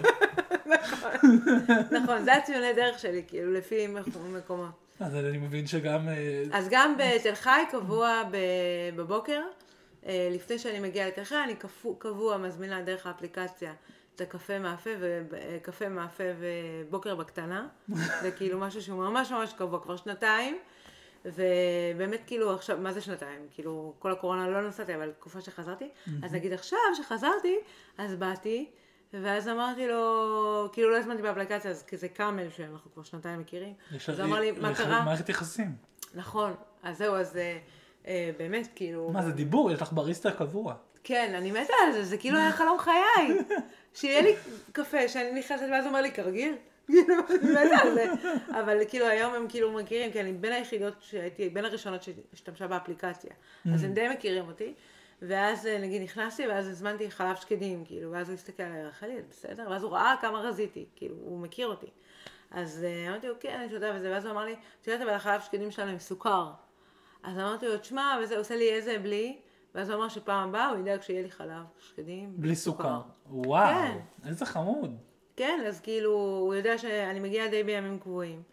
נכון, זה הציוני דרך שלי, כאילו, לפי מקומות. אז אני מבין שגם... אז גם בתל חי קבוע בבוקר, לפני שאני מגיעה לתל חי, אני קבוע מזמינה דרך האפליקציה את הקפה מאפה ובוקר בקטנה. זה כאילו משהו שהוא ממש קבוע, כבר 2 ובאמת כאילו עכשיו, מה זה 2? כאילו כל הקורונה לא נסעתי, אבל תקופה שחזרתי. אז נגיד עכשיו שחזרתי, אז באתי, ואז אמרתי לו, כאילו לא הזמנתי באפליקציה, אז כזה קאמל שאנחנו כבר 2 מכירים. אז אמר לי, מה קרה? מערכת יחסים. נכון, אז זהו, אז באמת כאילו... מה זה דיבור? יש לך בריסטה קבוע. כן, אני מתה על זה, זה כאילו היה חלום חיי. שיהיה לי קפה שאני נכנסת ואז אומר לי, כרגיל? כאילו, אני מתה על זה. אבל כאילו היום הם כאילו מכירים, כי אני בין היחידות שהייתי, בין הראשונות שהשתמשה באפליקציה. אז הם די מכירים אותי. ואז נגיד נכנסתי, ואז הזמנתי חלב שקדים, כאילו, ואז הוא הסתכל עליי, רחלי, בסדר? ואז הוא ראה כמה רזיתי, כאילו, הוא מכיר אותי. אז אמרתי, אוקיי, אני שותה וזה, ואז הוא אמר לי, תשאלת, אבל החלב שקדים שלנו עם סוכר. אז אמרתי לו, תשמע, וזה עושה לי איזה בלי, ואז הוא אמר שפעם הבאה הוא ידאג שיהיה לי חלב שקדים. בלי סוכר. וואו, כן. איזה חמוד. כן, אז כאילו, הוא יודע שאני מגיעה די בימים קבועים.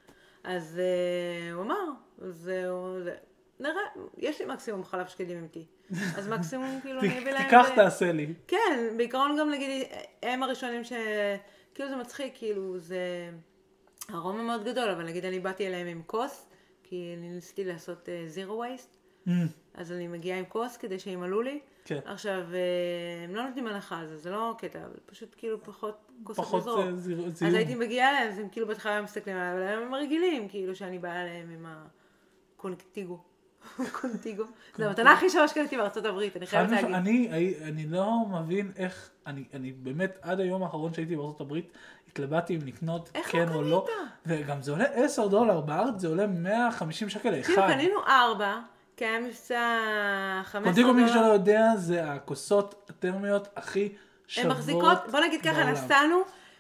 אז הוא אמר, נראה, יש לי מקסימום חלב שקדים איתי. אז מקסימום כאילו אני אביא להם... תיקח תעשה לי. כן, בעיקרון גם נגיד, הם הראשונים כאילו זה מצחיק, כאילו זה ארומה מאוד גדול, אבל נגיד אני באתי אליהם עם כוס, כי אני ניסיתי לעשות zero waste, אז אני מגיעה עם כוס כדי שימלאו לי. כן. עכשיו, הם לא נותנים הנחה, זה לא קטע, אבל פשוט כאילו פחות כוסות לזרוק. אז הייתי מגיעה אליהם, אז הם כאילו בהתחלה מסתכלים עליהם, אבל הם רגילים, כאילו שאני באה אליהם עם הקונטיגו. קונטיגו. זה המתנה הכי שלוש קניתי בארצות הברית, אני חייבת להגיד. אני לא מבין איך, אני באמת עד היום האחרון שהייתי בארצות הברית, התלבטתי אם לקנות כן או לא. וגם זה עולה $10, בארץ זה עולה 150 שקל לאחד. כאילו קנינו 4, כי היה מבצע $15. קונטיגו, מי שלא יודע, זה הכוסות הטרמיות הכי שוות. הן מחזיקות, בוא נגיד ככה, נסענו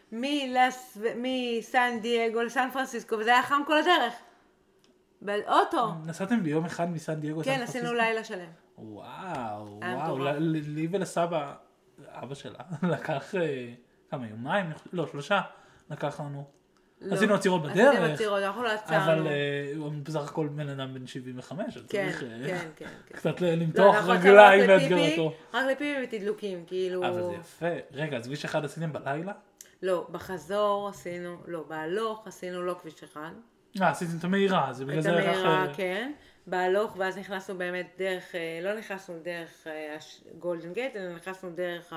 מסן דייגו לסן פרנסיסקו, וזה היה חם כל הדרך. באוטו. נסעתם ביום אחד מסן דייגו לסן פרנסיסקו? כן, עשינו לילה שלם. וואו. לי ולסבא, אבא שלה, לקח כמה יומיים, לא, 3 לקח לנו. עשינו עצירות בדרך. עשינו עצירות, אנחנו לא עצרנו. אבל הוא בסך הכל בן אדם בן 75, אז צריך כן. קצת למתוח רגליים לאתגר אותו. רק לפיפים ותדלוקים, כאילו... אבל זה יפה. רגע, אז כביש 1 עשיתם בלילה? לא, בחזור עשינו, לא, בהלוך עשינו לא כביש 1. עשיתם את המהירה, זה בגלל זה... את המהירה, כן. בהלוך, ואז נכנסנו באמת דרך, לא נכנסנו דרך גולדן גייט, אלא נכנסנו דרך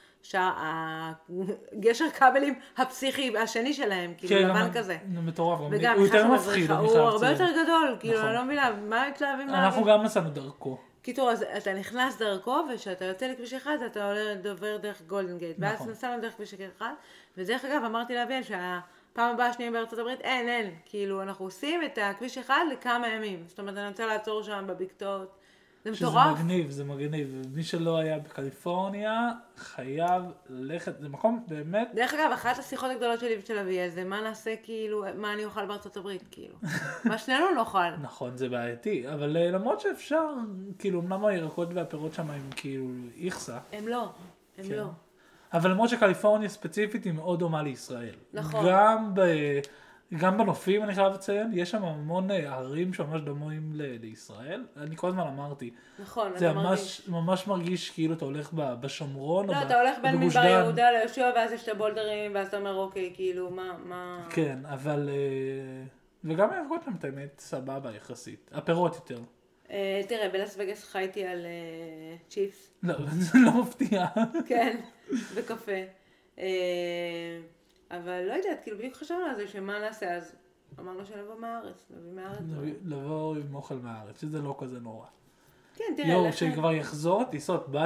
גשר כבלים הפסיכי השני שלהם, כאילו לבן כזה. כן, מטורף, הוא וגם יותר מפחיד. הוא הרבה יותר גדול, כאילו אני לא מבינה, מה התלהבים מה... אנחנו גם נסענו דרכו. קיצור, אז אתה נכנס דרכו, וכשאתה יוצא לכביש 1, אתה עובר דרך גולדן גייט, ואז נסענו דרך כביש 1, ודרך אגב אמרתי לאביאל שהפעם הבאה שנהיה בארצות הברית, אין, כאילו אנחנו עושים את הכביש 1 לכמה ימים, זאת אומרת אני רוצה לעצור שם בבקתות, זה מטורף. זה מגניב, מי שלא היה בקליפורניה חייב ללכת, זה מקום באמת... דרך אגב, אחת השיחות הגדולות שלי ושל אביאל זה מה נעשה כאילו, מה אני אוכל בארצות הברית כאילו, מה שנינו נאכל. נכון, זה בעייתי, אבל למרות שאפשר, כאילו, אמנם הירקות והפירות שם הם כאילו איכסה. הם לא. אבל למרות שקליפורניה ספציפית היא מאוד דומה לישראל. נכון. גם בנופים אני חייב לציין, יש שם המון ערים שממש דומים לישראל. אני כל הזמן אמרתי. נכון, זה ממש מרגיש כאילו אתה הולך בשומרון לא, אתה הולך בין מדבר יהודה ליהושע, ואז יש את הבולדרים, ואז אתה אומר, אוקיי, כאילו, מה... כן, אבל... וגם הירקות להם את האמת סבבה יחסית. הפירות יותר. תראה, בלאס וגאס חייתי על צ'יפס. לא, זה לא מפתיע. כן, בקפה. אבל לא יודעת, כאילו בדיוק חשבנו על זה שמה נעשה, אז אמרנו שנבוא מהארץ, נביא מהארץ. לבוא עם אוכל מהארץ, שזה לא כזה נורא. כן, תראה. שכבר יחזור, טיסות, בא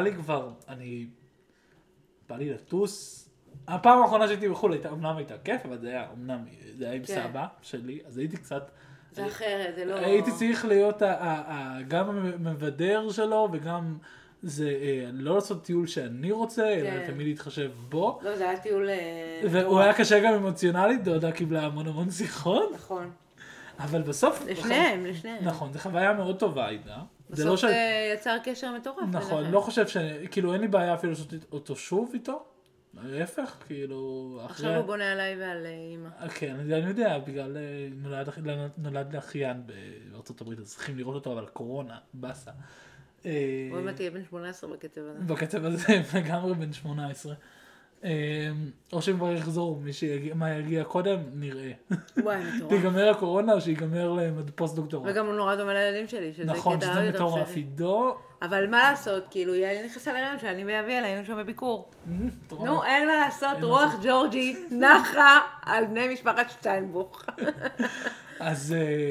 לי לטוס. הפעם האחרונה שהייתי בחו"ל, אמנם הייתה כיף, אבל זה היה עם סבא שלי, אז הייתי קצת... זה אחרת, זה לא... הייתי צריך להיות גם המבדר שלו, וגם... זה לא לעשות טיול שאני רוצה, אלא תמיד להתחשב בו. לא, זה היה טיול... והוא היה קשה גם אמוציונלית, דודה קיבלה המון שיחות. נכון. אבל בסוף... לשניהם. נכון, זו חוויה מאוד טובה הייתה. בסוף זה יצר קשר מטורף. נכון, לא חושב כאילו אין לי בעיה אפילו לעשות אותו שוב איתו. להפך, כאילו... עכשיו הוא בונה עליי ועל אמא. כן, אני יודע, בגלל נולד לאחיין בארצות הברית, אז צריכים לראות אותו, אבל קורונה, בסה. הוא אמא תהיה בן 18 בקצב הזה. בקצב הזה, לגמרי בן 18. או שהם כבר יחזור, מה יגיע קודם, נראה. וואי, מטורף. תיגמר הקורונה או שיגמר להם פוסט דוקטורט. וגם הוא נורא דומה לילדים שלי, שזה נכון, שזה מטורף, עידו. אבל מה לעשות, כאילו, יעלי נכנסה להיריון שאני ואביאל, היינו שם בביקור. נו, אין מה לעשות, רוח ג'ורג'י נחה על בני משפחת שטיינבוך. אז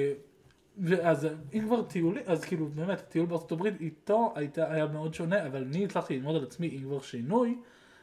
אם כבר טיול, אז כאילו באמת, הטיול בארצות הברית איתו היה מאוד שונה, אבל אני הצלחתי ללמוד על עצמי, אם כבר שינוי,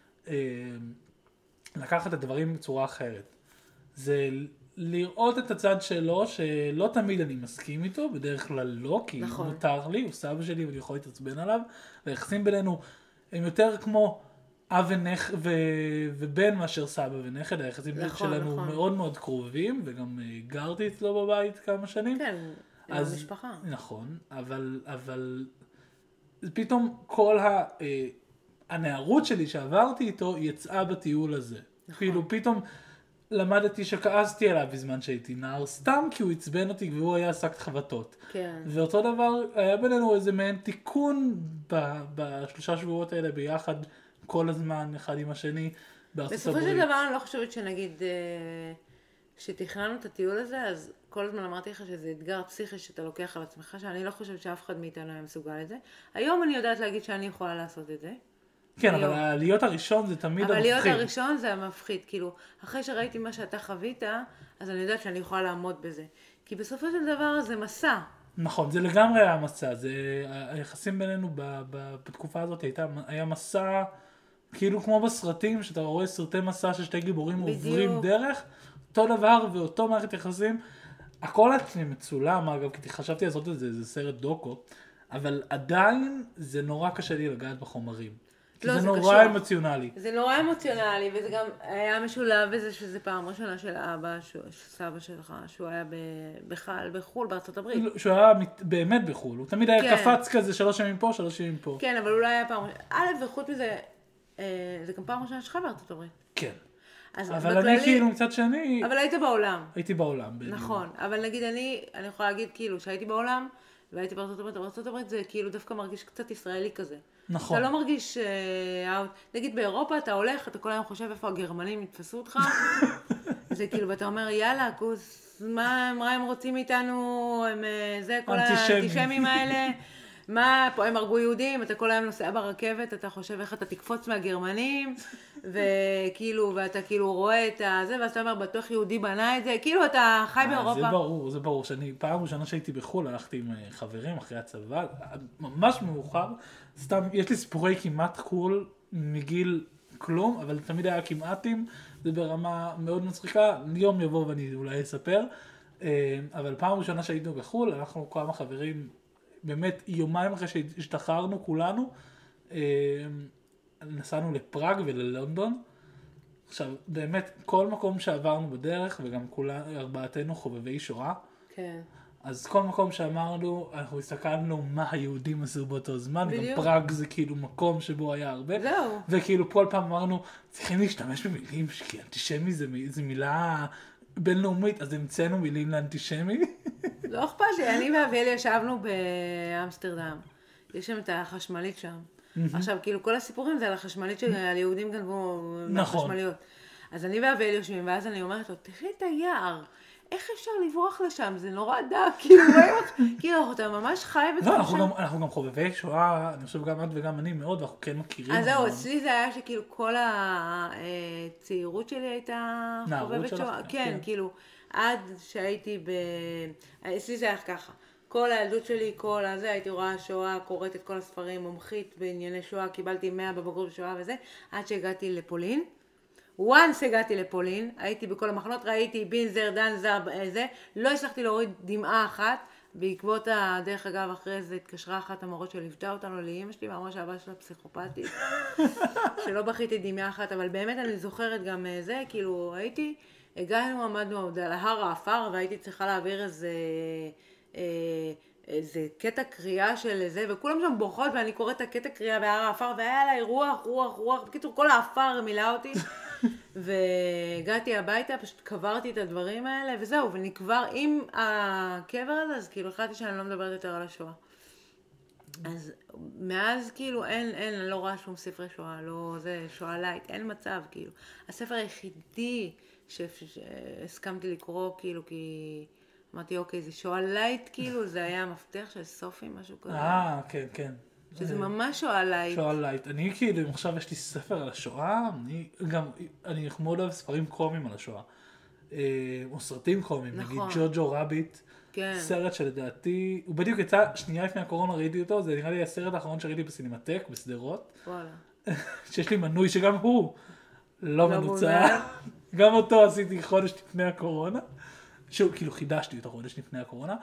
לקחת את הדברים בצורה אחרת. זה לראות את הצד שלו, שלא תמיד אני מסכים איתו, בדרך כלל לא, כי נכון. נותר לי, הוא סבא שלי ואני יכול להתעצבן עליו, והיחסים בינינו הם יותר כמו אב ובן מאשר סבא ונכד, היחסים נכון, שלנו נכון. מאוד מאוד קרובים, וגם גרתי אצלו בבית כמה שנים. כן, אז, המשפחה. נכון, אבל פתאום כל הנערות שלי שעברתי איתו יצאה בטיול הזה. נכון. כאילו פתאום למדתי שכעסתי עליו בזמן שהייתי נער, סתם כי הוא עצבן אותי והוא היה שק חבטות. כן. ואותו דבר, היה בינינו איזה מעין תיקון בשלושה שבועות האלה ביחד, כל הזמן, אחד עם השני, בארצות בסופו הברית. של דבר אני לא חושבת שנגיד, כשתכננו את הטיול הזה, אז כל הזמן אמרתי לך שזה אתגר פסיכי שאתה לוקח על עצמך, שאני לא חושבת שאף אחד מאיתנו היה מסוגל את זה. היום אני יודעת להגיד שאני יכולה לעשות את זה. כן, אבל להיות הראשון זה תמיד המפחיד. אבל להיות הראשון זה המפחיד, כאילו, אחרי שראיתי מה שאתה חווית, אז אני יודעת שאני יכולה לעמוד בזה. כי בסופו של דבר זה מסע. נכון, זה לגמרי היה מסע, היחסים בינינו בתקופה הזאת היה מסע, כאילו כמו בסרטים, שאתה רואה סרטי מסע ששתי גיבורים עוברים דרך, אותו דבר ואותו מערכת יחסים, הכל אצלי מצולם, אגב, כי חשבתי לעשות את זה, זה סרט דוקו, אבל עדיין זה נורא קשה לי לגעת בחומרים. לא, זה נורא אמוציונלי. זה נורא אמוציונלי, וזה גם היה משולב בזה שזה פעם ראשונה של אבא, סבא שלך, שהוא היה בחול, בארצות הברית. שהוא היה באמת בחול, הוא תמיד היה קפץ כזה, 3 ימים פה, 3 ימים פה. כן, אבל הוא לא היה פעם ראשונה. וחוץ מזה, זה גם פעם ראשונה שלך בארצות הברית. כן. אבל אני כאילו מצד שני... אבל היית בעולם. הייתי בעולם. נכון, אבל נגיד אני יכולה להגיד כאילו שהייתי בעולם, והייתי בארצות הברית, בארצות הברית זה כאילו דווקא מרגיש קצת ישראלי כזה. נכון. אתה לא מרגיש, נגיד באירופה אתה הולך, אתה כל היום חושב איפה הגרמנים יתפסו אותך, זה כאילו, ואתה אומר, יאללה, כוס, מה הם רוצים מאיתנו, זה כל האנטישמים האלה, מה, פה הם הרגו יהודים, אתה כל היום נוסע ברכבת, אתה חושב איך אתה תקפוץ מהגרמנים, וכאילו, ואתה כאילו רואה את זה, ואז אתה אומר, בטוח יהודי בנה את זה, כאילו אתה חי באירופה. זה ברור, שאני פעם ראשונה שהייתי בחול, הלכתי עם חברים אחרי הצבא, ממש מאוחר, סתם, יש לי סיפורי כמעט חול מגיל כלום, אבל תמיד היה כמעטים, זה ברמה מאוד מצחיקה, יום יבוא ואני אולי אספר, אבל פעם ראשונה שהיינו בחול, אנחנו כמה חברים, באמת יומיים אחרי שהשתחררנו כולנו, נסענו לפראג וללונדון. עכשיו, באמת, כל מקום שעברנו בדרך, וגם ארבעתנו חובבי שואה, כן. אז כל מקום שאמרנו, אנחנו הסתכלנו מה היהודים עשו באותו זמן, בדיוק. גם פראג זה כאילו מקום שבו היה הרבה, זהו. וכאילו כל פעם אמרנו, צריכים להשתמש במילים, כי אנטישמי זה מילה בינלאומית, אז המצאנו מילים לאנטישמי. לא אכפת לי, אני ואביאל ישבנו באמסטרדם, יש שם את החשמלית שם. עכשיו, כאילו, כל הסיפורים זה על החשמלית שעל יהודים גנבו מהחשמליות. אז אני ואביאל יושבים, ואז אני אומרת לו, תראי את היער, איך אפשר לברוח לשם? זה נורא דק, כאילו, אתה ממש חי לא, אנחנו גם חובבי שואה, אני חושב גם את וגם אני מאוד, ואנחנו כן מכירים. אז זהו, אצלי זה היה שכאילו כל הצעירות שלי הייתה חובבת שואה. כן, כאילו, עד שהייתי אצלי זה היה ככה. כל הילדות שלי, כל הזה, הייתי רואה שואה, קוראת את כל הספרים, מומחית בענייני שואה, קיבלתי 100 בבגרות בשואה וזה, עד שהגעתי לפולין. once הגעתי לפולין, הייתי בכל המחנות, ראיתי בינזר, דנזר, זה, לא הצלחתי להוריד דמעה אחת, בעקבות הדרך אגב, אחרי זה התקשרה אחת המורות שליוותה אותנו לאמא שלי, ואמרה שהאבא שלה פסיכופתית, שלא בכיתי דמעה אחת, אבל באמת אני זוכרת גם זה, כאילו הייתי, הגענו, עמדנו על ההר האפר, והייתי צריכה להעביר איזה קטע קריאה של זה, וכולם שם בורחות, ואני קוראת את הקטע קריאה בהר האפר, והיה עליי רוח, בקיצור כל האפר מילא אותי, והגעתי הביתה, פשוט קברתי את הדברים האלה, וזהו, ונקבר עם הקבר הזה, אז כאילו החלטתי שאני לא מדברת יותר על השואה. אז מאז כאילו אין, אני לא רואה שום ספרי שואה, לא זה, שואה לייט, אין מצב, כאילו. הספר היחידי שהסכמתי לקרוא, כאילו, כי אמרתי, אוקיי, זה שואה לייט, כאילו, זה היה המפתח של סופי, משהו כזה. כן. שזה ממש שואה לייט. שואה לייט. אני כאילו, עכשיו יש לי ספר על השואה, אני מאוד אוהב ספרים קומיים על השואה. או סרטים קומיים, נגיד ג'וג'ו רביט. כן. סרט שלדעתי, הוא בדיוק יצא שנייה לפני הקורונה, ראיתי אותו, זה נראה לי הסרט האחרון שראיתי בסינמטק, בסדרות. וואלה. שיש לי מנוי שגם הוא לא מנוצל. גם אותו עשיתי חודש לפני הקורונה. שהוא, כאילו חידשתי אותו חודש לפני הקורונה.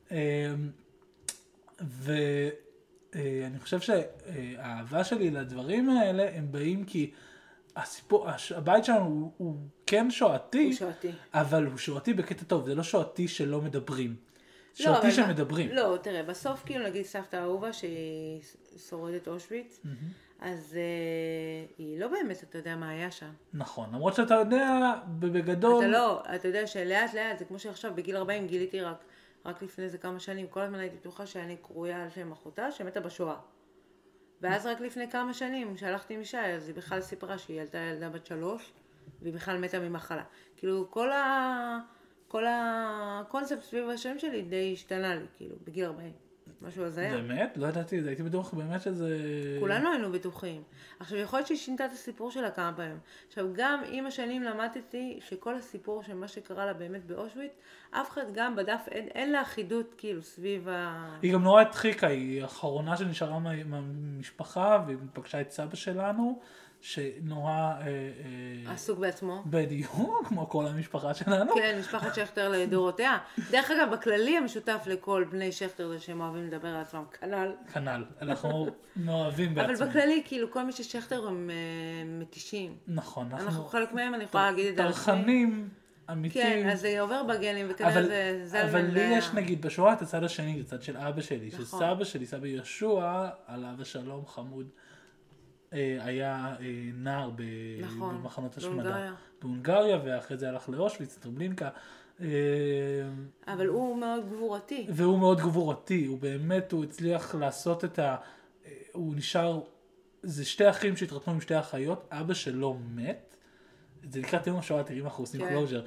ואני חושב שהאהבה שלי לדברים האלה, הם באים כי הבית שלנו הוא כן שואתי, הוא שואתי. אבל הוא שואתי בקטע טוב, זה לא שואתי שלא מדברים. שואתי שמדברים. לא, תראה, בסוף כאילו נגיד סבתא אהובה שהיא שורדת אושוויץ, אז היא לא באמת, אתה יודע מה היה שם. נכון, למרות שאתה יודע, בגדול... אתה יודע שלאט לאט, זה כמו שעכשיו, בגיל 40 גיליתי רק לפני זה כמה שנים, כל הזמן הייתי בטוחה שאני קרויה על שם אחותה שמתה בשואה. ואז רק לפני כמה שנים, שהלכתי עם אישה, אז היא בכלל סיפרה שהיא ילדה ילדה בת 3, והיא בכלל מתה ממחלה. כאילו, כל הקונספט סביב השם שלי די השתנה לי, כאילו, בגיל 40. משהו הזיה. באמת? לא ידעתי, הייתי בטוח באמת שזה... כולנו היינו בטוחים. עכשיו, יכול להיות שהיא שינתה את הסיפור שלה כמה פעמים. עכשיו, גם עם השנים למדתי שכל הסיפור של מה שקרה לה באמת באושוויץ, אף אחד גם בדף, אין לה אחידות כאילו סביב היא גם נורא הדחיקה, היא האחרונה שנשארה מהמשפחה, והיא פגשה את סבא שלנו, שנורא... עסוק בעצמו. בדיוק, כמו כל המשפחה שלנו. כן, משפחת שכטר לדורותיה. דרך אגב, בכללי המשותף לכל בני שכטר זה שהם אוהבים לדבר על עצמם, כנ"ל. כנ"ל, אנחנו מאוהבים בעצמם. אבל בכללי, כאילו, כל מי ששכטר הם מתישים. נכון. אנחנו חלק מהם, אני יכולה להגיד את זה. טרחנים, אמיתיים. כן, אז זה עובר בגנים, וכנראה זה זלמן. אבל לי יש, נגיד, בשואה את הצד השני, את הצד של אבא שלי, שסבא שלי, סבא ישוע, עליו השלום חמוד, היה נער במחנות השמדה. בהונגריה, ואחרי זה הלך לאושוויץ, טרבלינקה. אבל הוא מאוד גבורתי. והוא מאוד גבורתי, הוא באמת, הוא הצליח לעשות הוא נשאר, זה שתי אחים שהתרתנו עם שתי אחיות, אבא שלו מת, זה נקרא תיאום השואה, תראי מה אנחנו עושים קלוז'ר.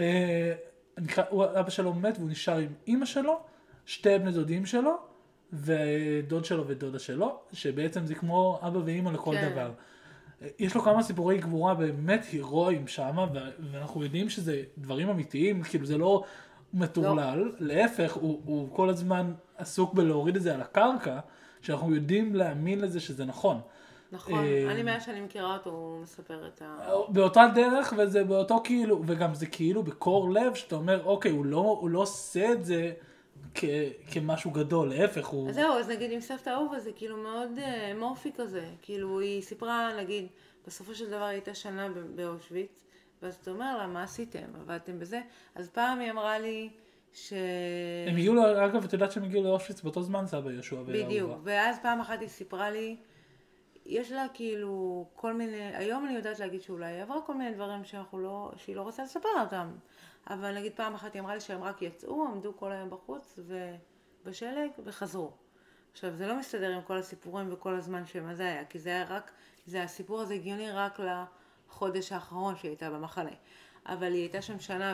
אבא שלו מת והוא נשאר עם אמא שלו, שתי בני דודים שלו, ודוד שלו ודודה שלו, שבעצם זה כמו אבא ואמא לכל דבר. יש לו כמה סיפורי גבורה באמת הירואיים שם, ואנחנו יודעים שזה דברים אמיתיים, כאילו זה לא מטורלל, להפך, הוא כל הזמן עסוק בלהוריד את זה על הקרקע, שאנחנו יודעים להאמין לזה שזה נכון. נכון, אני מאז שאני מכירה אותו, הוא מספר את באותה דרך, וזה באותו כאילו, וגם זה כאילו בקור לב, שאתה אומר, אוקיי, הוא לא עושה את זה כמשהו גדול, להפך הוא... אז זהו, אז נגיד עם סבתא אהובה זה כאילו מאוד מורפי כזה, כאילו היא סיפרה, נגיד, בסופו של דבר הייתה שנה באושוויץ, ואז אתה אומר לה, מה עשיתם? עבדתם בזה? אז פעם היא אמרה לי הם הגיעו, אגב, את יודעת שהם הגיעו לאושוויץ באותו זמן, סבא ישוע ואהובה. בדיוק, ואז פעם אחת היא סיפרה לי, יש לה כאילו כל מיני, היום אני יודעת להגיד שאולי היא עברה כל מיני דברים שהיא לא רוצה לספר אותם. אבל נגיד פעם אחת היא אמרה לי שהם רק יצאו, עמדו כל היום בחוץ ובשלג וחזרו. עכשיו זה לא מסתדר עם כל הסיפורים וכל הזמן שמה זה היה, כי זה היה רק, הסיפור הזה הגיוני רק לחודש האחרון שהיא הייתה במחנה. אבל היא הייתה שם שנה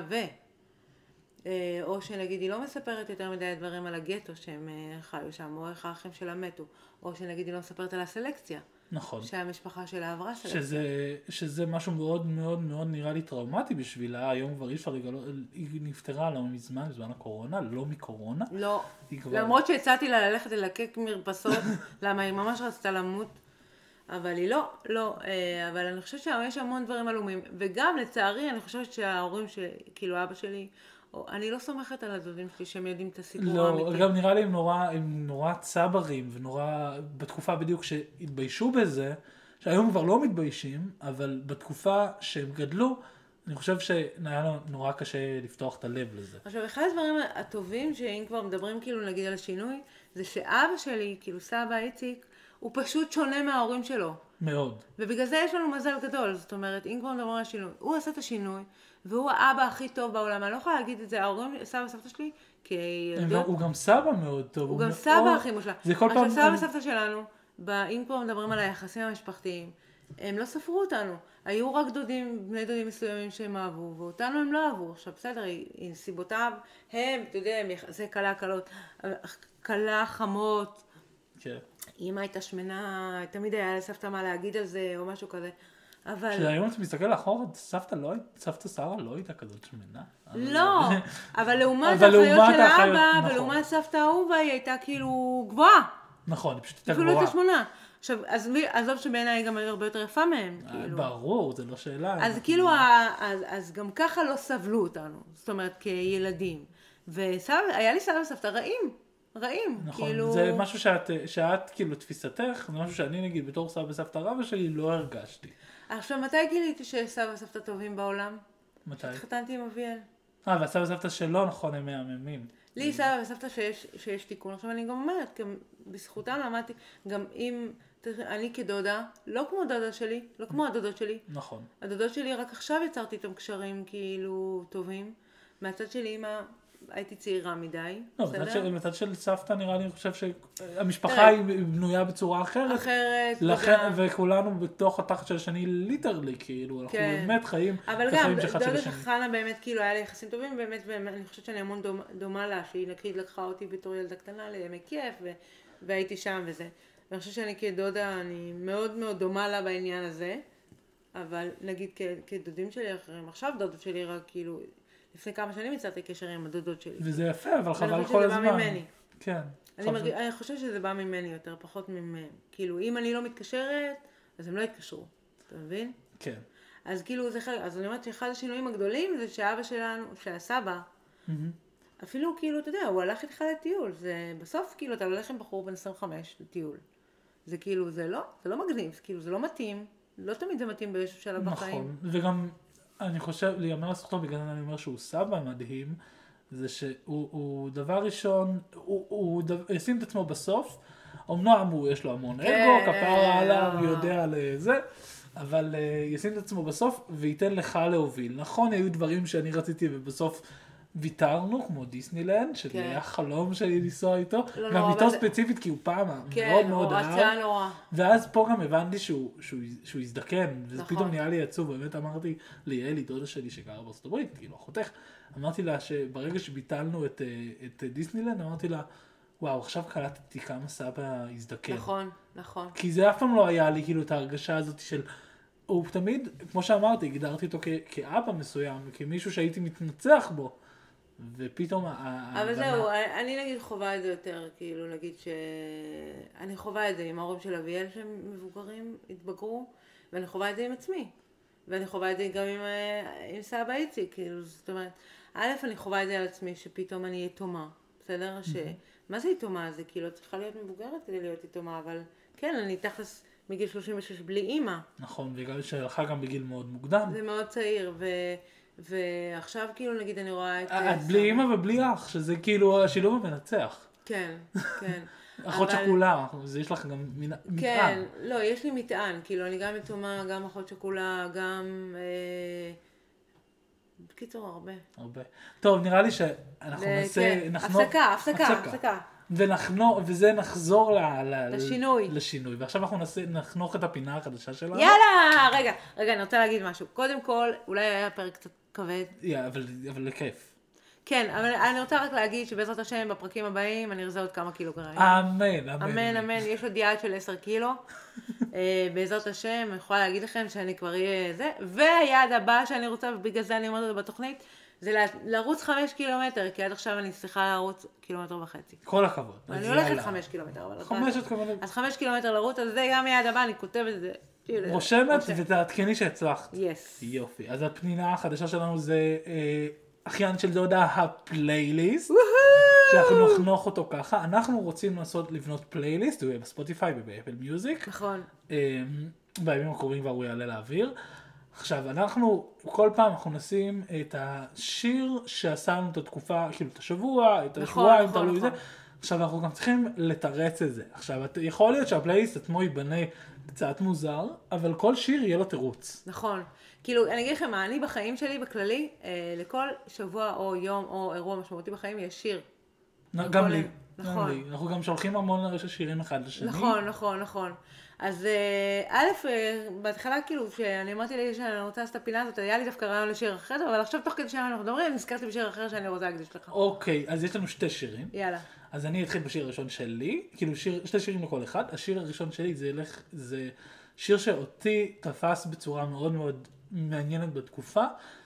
או שנגיד היא לא מספרת יותר מדי דברים על הגטו שהם חיו שם, או איך האחים שלה מתו, או שנגיד היא לא מספרת על הסלקציה. נכון. שהמשפחה שלה עברה סלקציה. שזה משהו מאוד מאוד מאוד נראה לי טראומטי בשבילה, היום כבר אי אפשר לגלות, היא נפטרה לא מזמן, בזמן הקורונה, לא מקורונה. לא, למרות שהצעתי לה ללכת ללקק מרפסות, למה היא ממש רצתה למות, אבל היא לא, אבל אני חושבת שיש המון דברים עלומים, וגם לצערי אני חושבת שההורים כאילו אבא שלי, אני לא סומכת על הדודים שלי שהם יודעים את הסיפור האמיתי. לא, גם נראה לי הם נורא צברים, ונורא, בתקופה בדיוק שהתביישו בזה, שהיום כבר לא מתביישים, אבל בתקופה שהם גדלו, אני חושב שהיה נורא קשה לפתוח את הלב לזה. עכשיו, אחד הדברים הטובים, שאם כבר מדברים כאילו נגיד על השינוי, זה שאבא שלי, כאילו סבא איציק, הוא פשוט שונה מההורים שלו. מאוד. ובגלל זה יש לנו מזל גדול, זאת אומרת, אם כבר מדברים על השינוי, הוא עשה את השינוי, והוא האבא הכי טוב בעולם, אני לא יכולה להגיד את זה, ההורים, סבא וסבתא שלי, הוא גם סבא מאוד טוב. הוא גם סבא הכי מושלם. עכשיו סבא וסבתא שלנו, אם כבר מדברים על היחסים המשפחתיים, הם לא ספרו אותנו. היו רק בני דודים מסוימים שהם אהבו, ואותנו הם לא אהבו. עכשיו בסדר, סיבותיו, אתה יודע, זה קלה חמות. כן. אמא הייתה שמנה, תמיד היה לסבתא מה להגיד על זה, או משהו כזה. אבל... כשהיום אתה מסתכל לאחור, סבתא שרה לא הייתה כזאת שמנה. לא, אבל לעומת האחיות של האבא, ולעומת סבתא אהובה, היא הייתה כאילו גבוהה. נכון, היא פשוט הייתה גבוהה. אפילו הייתה שמונה. עכשיו, עזוב שבעיניי היא גם הרבה יותר יפה מהם. ברור, זה לא שאלה. אז כאילו, אז גם ככה לא סבלו אותנו, זאת אומרת, כילדים. והיה לי סבא וסבתא רעים. נכון, זה משהו שאת כאילו תפיסתך, זה משהו שאני נגיד בתור סבא וסבתא רבא שלי לא הרגשתי. עכשיו, מתי גיליתי שסבא וסבתא טובים בעולם? מתי? התחתנתי עם אביאל. והסבא וסבתא שלו, נכון, הם מהממים. לי סבא וסבתא שיש תיקון. עכשיו אני גם אומרת, גם בזכותם למדתי, גם אם, אני כדודה, לא כמו דודה שלי, לא כמו הדודות שלי. נכון. הדודות שלי רק עכשיו יצרתי איתם קשרים כאילו טובים. מהצד של אמא הייתי צעירה מדי, לא, בסדר? מצד של סבתא נראה לי, אני חושב שהמשפחה היא בנויה בצורה אחרת. אחרת, לכן, וכולנו בתוך התחת של השני ליטרלי, כאילו, אנחנו באמת חיים את אבל גם, החיים אחד של דודה השני. חנה באמת, כאילו, היה לי יחסים טובים, באמת, אני חושבת שאני המון דומה לה, שהיא נגיד לקחה אותי בתור ילדה קטנה לימי כיף, והייתי שם וזה. ואני חושבת שאני כדודה, אני מאוד מאוד דומה לה בעניין הזה, אבל נגיד כדודים שלי אחרים, עכשיו דודות שלי רק כאילו, לפני כמה שנים יצאתי קשר עם הדודות שלי. וזה יפה, אבל חבל כל הזמן. ואני חושבת שזה בא ממני. כן. אני חושבת שזה בא ממני יותר, פחות ממני. כאילו, אם אני לא מתקשרת, אז הם לא יתקשרו. אתה מבין? כן. אז כאילו, אז אני אומרת שאחד השינויים הגדולים זה שאבא שלנו, שהסבא, אפילו כאילו, אתה יודע, הוא הלך איתך לטיול. זה בסוף, כאילו, אתה הולך עם בחור בן 25 לטיול. זה כאילו, זה לא מגניב, זה כאילו, זה לא מתאים. לא תמיד זה מתאים באיזשהו שלב בחיים. נכון, וגם, אני חושב, להיאמר לזכותו, בגלל אני אומר שהוא סבא מדהים, זה שהוא דבר ראשון, הוא ישים את עצמו בסוף, אמנם יש לו המון אגו, כפרה עליו, הוא יודע על זה, אבל ישים את עצמו בסוף וייתן לך להוביל. נכון, היו דברים שאני רציתי ובסוף ויתרנו, כמו דיסנילנד, שזה היה חלום שלי לנסוע איתו, גם איתו ספציפית, כי הוא פעם מאוד מאוד אהב. ואז פה גם הבנתי שהוא יזדקן, וזה פתאום נהיה לי עצוב, באמת אמרתי ליאלי, דודה שלי שגרה בארצות הברית, כאילו אחותך, אמרתי לה שברגע שביטלנו את דיסנילנד, אמרתי לה, וואו, עכשיו קלטתי כמה סבא יזדקן. נכון, נכון. כי זה אף פעם לא היה לי כאילו את ההרגשה הזאת של, הוא תמיד, כמו שאמרתי, הגדרתי אותו כאבא מסוים, כמישהו שהייתי מתנצח בו. ופתאום אבל זהו, אני נגיד חובה את זה יותר, כאילו נגיד שאני חובה את זה עם ההורים של אביאל שהם מבוגרים, התבגרו, ואני חובה את זה עם עצמי. ואני חובה את זה גם עם סבא איציק, כאילו, זאת אומרת, א', אני חובה את זה על עצמי שפתאום אני יתומה, בסדר? מה זה יתומה? זה כאילו, צריכה להיות מבוגרת כדי להיות יתומה, אבל כן, אני תכלס מגיל 36 בלי אימא. נכון, בגלל שהלכה גם בגיל מאוד מוקדם. זה מאוד צעיר, ועכשיו כאילו נגיד אני רואה את... את בלי אמא ובלי אח, שזה כאילו השילוב המנצח. כן, כן. אחות שכולה, אז יש לך גם מטען. כן, לא, יש לי מטען, כאילו אני גם יתומה, גם אחות שכולה, גם... בקיצור, הרבה. טוב, נראה לי שאנחנו נעשה... הפסקה. וזה נחזור לשינוי. ועכשיו אנחנו נחנוך את הפינה החדשה שלנו. יאללה! רגע, אני רוצה להגיד משהו. קודם כל, אולי היה פרק קצת כבד. אבל לכיף. כן, אבל אני רוצה רק להגיד שבעזרת השם בפרקים הבאים אני ארזה עוד כמה קילוגרמים. אמן. יש עוד יעד של 10 קילו. בעזרת השם, אני יכולה להגיד לכם שאני כבר אהיה זה. והיעד הבא שאני רוצה, ובגלל זה אני אומרת את זה בתוכנית, זה לרוץ 5 קילומטר, כי עד עכשיו אני צריכה לרוץ 1.5 קילומטר. כל הכבוד. אני הולכת 5 קילומטר. אז 5 קילומטר לרוץ, אז זה גם יעד הבא, אני כותבת את זה. רושמת ותעדכני שהצלחת. יס. יופי. אז הפינה החדשה שלנו זה אחיין של דודה הפלייליסט. שאנחנו נחנוך אותו ככה. אנחנו רוצים לבנות פלייליסט, הוא יהיה בספוטיפיי ובאפל מיוזיק. נכון. בימים הקרובים כבר הוא יעלה לאוויר. עכשיו, כל פעם אנחנו נשים את השיר שעשה לנו את התקופה, כאילו את השבוע, את השבועיים, תלוי זה. עכשיו, אנחנו גם צריכים לתרץ את זה. עכשיו, יכול להיות שהפלייליסט עצמו ייבנה קצת מוזר, אבל כל שיר יהיה לו תירוץ. נכון. כאילו, אני אגיד לכם מה, אני בחיים שלי בכללי, לכל שבוע או יום או אירוע משמעותי בחיים יש שיר. גם לי. נכון. אנחנו גם שולחים המון שירים אחד לשני. נכון. אז א', בהתחלה כאילו, כשאני אמרתי לי שאני רוצה לעשות את הפינה הזאת, היה לי דווקא רעיון לשיר אחר, אבל עכשיו תוך כדי שאנחנו מדברים, נזכרתי בשיר אחר שאני רוצה להקדיש לך. אוקיי, אז יש לנו 2 שירים. יאללה. אז אני אתחיל בשיר הראשון שלי, כאילו 2 שירים לכל אחד. השיר הראשון שלי זה שיר שאותי תפס בצורה מאוד מאוד מעניינת בתקופה.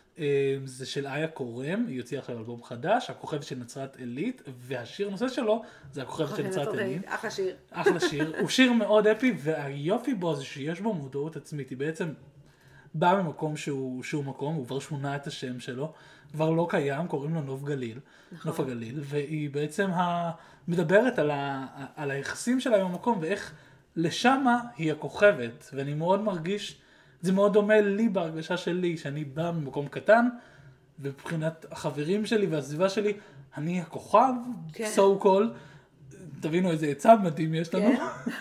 זה של איה קורם, היא יוציאה עכשיו אלבום חדש, הכוכבת של נצרת עילית, והשיר הנושא שלו זה הכוכבת של נצרת עילית. אחלה שיר. הוא שיר מאוד אפי, והיופי בו זה שיש בו מודעות עצמית. היא בעצם באה ממקום שהוא מקום, הוא כבר שונה את השם שלו, כבר לא קיים, קוראים לו נוף הגליל, והיא בעצם מדברת על היחסים שלה עם המקום, ואיך לשמה היא הכוכבת, ואני מאוד מרגיש, זה מאוד דומה לי בהרגשה שלי, שאני בא ממקום קטן, ובבחינת החברים שלי והסביבה שלי, אני הכוכב, so called, תבינו איזה עצב מדהים יש לנו.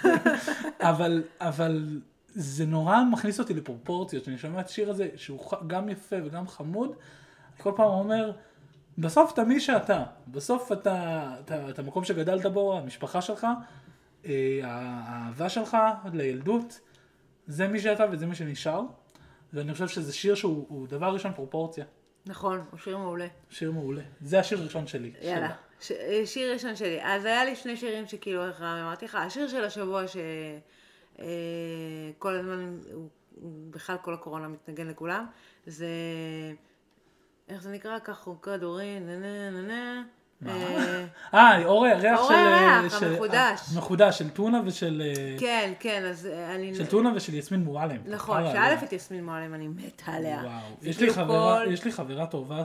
אבל זה נורא מכניס אותי לפרופורציות, שאני שומע את השיר הזה, שהוא גם יפה וגם חמוד, כל פעם אומר, בסוף אתה מי שאתה, בסוף אתה המקום שגדלת בו, המשפחה שלך, האהבה שלך לילדות, זה מי שאתה וזה מי שנשאר, ואני חושב שזה שיר שהוא דבר ראשון פרופורציה. נכון, הוא שיר מעולה. שיר מעולה. זה השיר הראשון שלי. יאללה, שיר ראשון שלי. אז היה לי שני שירים שכאילו, איך אמרתי לך, השיר של השבוע שכל הזמן, בכלל כל הקורונה מתנגן לכולם, זה, איך זה נקרא? כך חוקה דורין, אור הירח המחודש. מחודש, של טונה ושל... כן, כן, אז אני... של טונה ושל יסמין מועלם. נכון, שא' את יסמין מועלם, אני מתה עליה. וואו, יש לי חברה טובה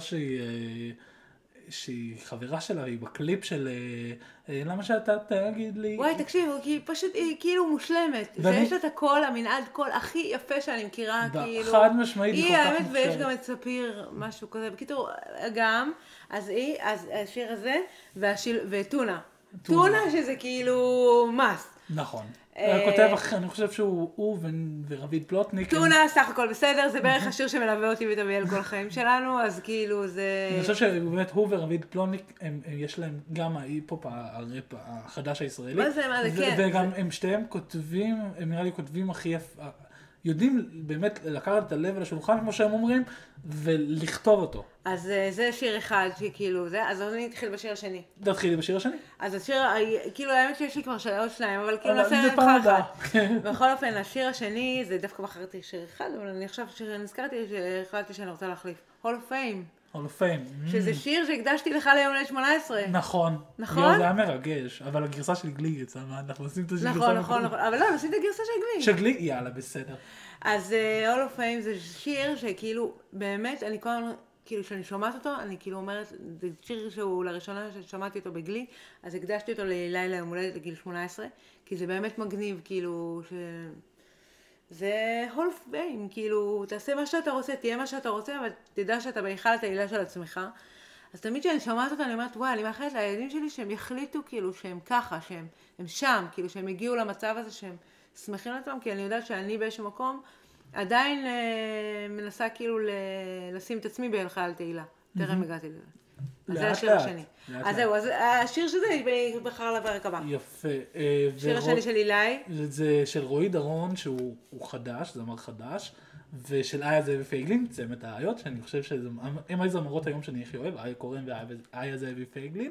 שהיא חברה שלה, היא בקליפ של למה שאתה תגיד לי... וואי, תקשיב, היא כאילו מושלמת. ויש לה את הקול, המנעד קול הכי יפה שאני מכירה, כאילו... חד משמעית, היא האמת, ויש גם את ספיר, משהו כזה. בקיצור, גם, אז השיר הזה, וטונה. טונה שזה כאילו מס. נכון. הכותב, אני חושב שהוא ורביד פלוטניק. טונה, סך הכל בסדר, זה בערך השיר שמלווה אותי ודמיאל כל החיים שלנו, אז כאילו זה... אני חושב שבאמת הוא ורביד פלוטניק, יש להם גם ההיפ-הופ, הראפ החדש הישראלי. מה זה, כן. וגם הם שתיהם כותבים, הם נראה לי כותבים הכי יפה, יודעים באמת לקחת את הלב לשולחן, כמו שהם אומרים, ולכתוב אותו. אז זה שיר אחד שכאילו זה, אז אני אתחיל בשיר השני. תתחילי בשיר השני? אז השיר, כאילו האמת שיש לי כבר עוד שניים, אבל כאילו נעשה להם אחד. בכל אופן, השיר השני, זה דווקא בחרתי שיר אחד, אבל אני עכשיו שנזכרתי שהחלטתי שאני רוצה להחליף. Hall of Fame. Hall of Fame. שזה שיר שהקדשתי לך ליום הולדת 18. נכון. נכון? זה היה מרגש, אבל הגרסה של גלי יצאה, אנחנו עושים את הגרסה של גלי. נכון, אבל לא, נשים את הגרסה של גלי. של גלי? יאללה, בסדר. אז Hall of Fame זה שיר שכאילו, באמת, אני כל הזמן, כאילו כשאני שומעת אותו, אני כאילו אומרת, זה שיר שהוא לראשונה ששמעתי אותו בגלי, אז הקדשתי אותו ללילה יום הולדת לגיל 18, כי זה באמת מגניב, כאילו, זה Hall of Fame, כאילו, תעשה מה שאתה רוצה, תהיה מה שאתה רוצה, אבל תדע שאתה בהיכל התהילה של עצמך. אז תמיד כשאני שומעת אותה, אני אומרת, וואי, אני מאחלת לילדים שלי שהם יחליטו, כאילו, שהם ככה, שהם שם, כאילו, שהם הגיעו למצב הזה, שהם שמחים לעצמם, כי אני יודעת שאני באיזשהו מקום עדיין מנסה כאילו לשים את עצמי בהיכל התהילה. טרם הגעתי לזה. אז זה השיר השני. אז זהו, אז השיר שזה בחר לפרק הבא. יפה. השיר השני של אילי. זה של רועי דרון, שהוא חדש, זמר חדש, ושל איה זאבי פייגלין, צמד האיות, שאני חושב שהם הזמרות היום שאני הכי אוהב, איה קורן ואיה זאבי פייגלין.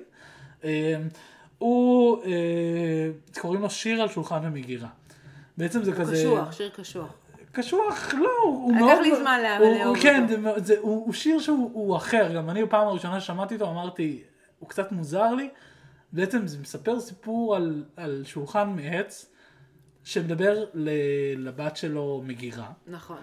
הוא, קוראים לו שיר על שולחן ומגירה. בעצם זה כזה... קשוח, שיר קשוח. קשוח, לא, הוא מאוד... לקח לי זמן לאהוב כן, הוא שיר שהוא אחר, גם אני בפעם הראשונה ששמעתי אותו אמרתי, הוא קצת מוזר לי, בעצם זה מספר סיפור על שולחן מעץ, שמדבר לבת שלו מגירה. נכון.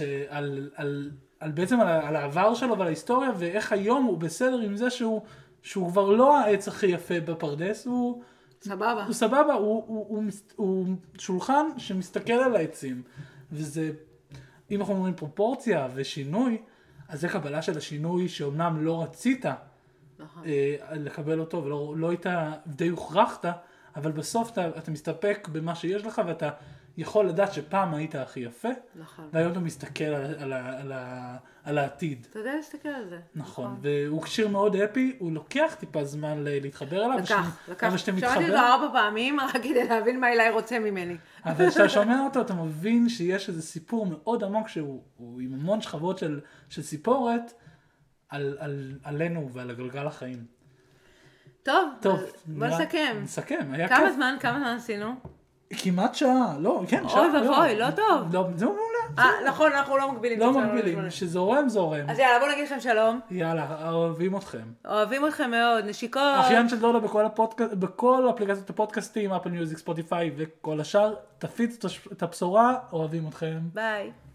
בעצם על העבר שלו ועל ההיסטוריה, ואיך היום הוא בסדר עם זה שהוא כבר לא העץ הכי יפה בפרדס, הוא... סבבה. הוא סבבה, הוא שולחן שמסתכל על העצים, וזה, אם אנחנו אומרים פרופורציה ושינוי, אז זה קבלה של השינוי שאומנם לא רצית לקבל אותו, ולא היית די הוכרחת, אבל בסוף אתה מסתפק במה שיש לך, ואתה יכול לדעת שפעם היית הכי יפה, והיום אתה מסתכל על העתיד. אתה יודע להסתכל על זה. נכון, והוא שיר מאוד אפי, הוא לוקח טיפה זמן להתחבר אליו. לקח. שמעתי אותו 4 פעמים, רק כדי להבין מה אילי רוצה ממני. אבל כשאתה שומע אותו, אתה מבין שיש איזה סיפור מאוד עמוק, שהוא עם המון שכבות של סיפורת, עלינו ועל הגלגל החיים. טוב, בוא נסכם. נסכם, היה כיף. כמה זמן עשינו? כמעט שעה, לא, כן, שעה. אוי ובוי, לא טוב. לא, זה מעולה. נכון, אנחנו לא מגבילים. לא מגבילים, שזורם, זורם. אז יאללה, בואו נגיד לכם שלום. יאללה, אוהבים אתכם. אוהבים אתכם מאוד, נשיקות. אחיין של דולה בכל אפליקציות הפודקאסטים, אפל מיוזיק, ספוטיפיי וכל השאר. תפיץ את הבשורה, אוהבים אתכם. ביי.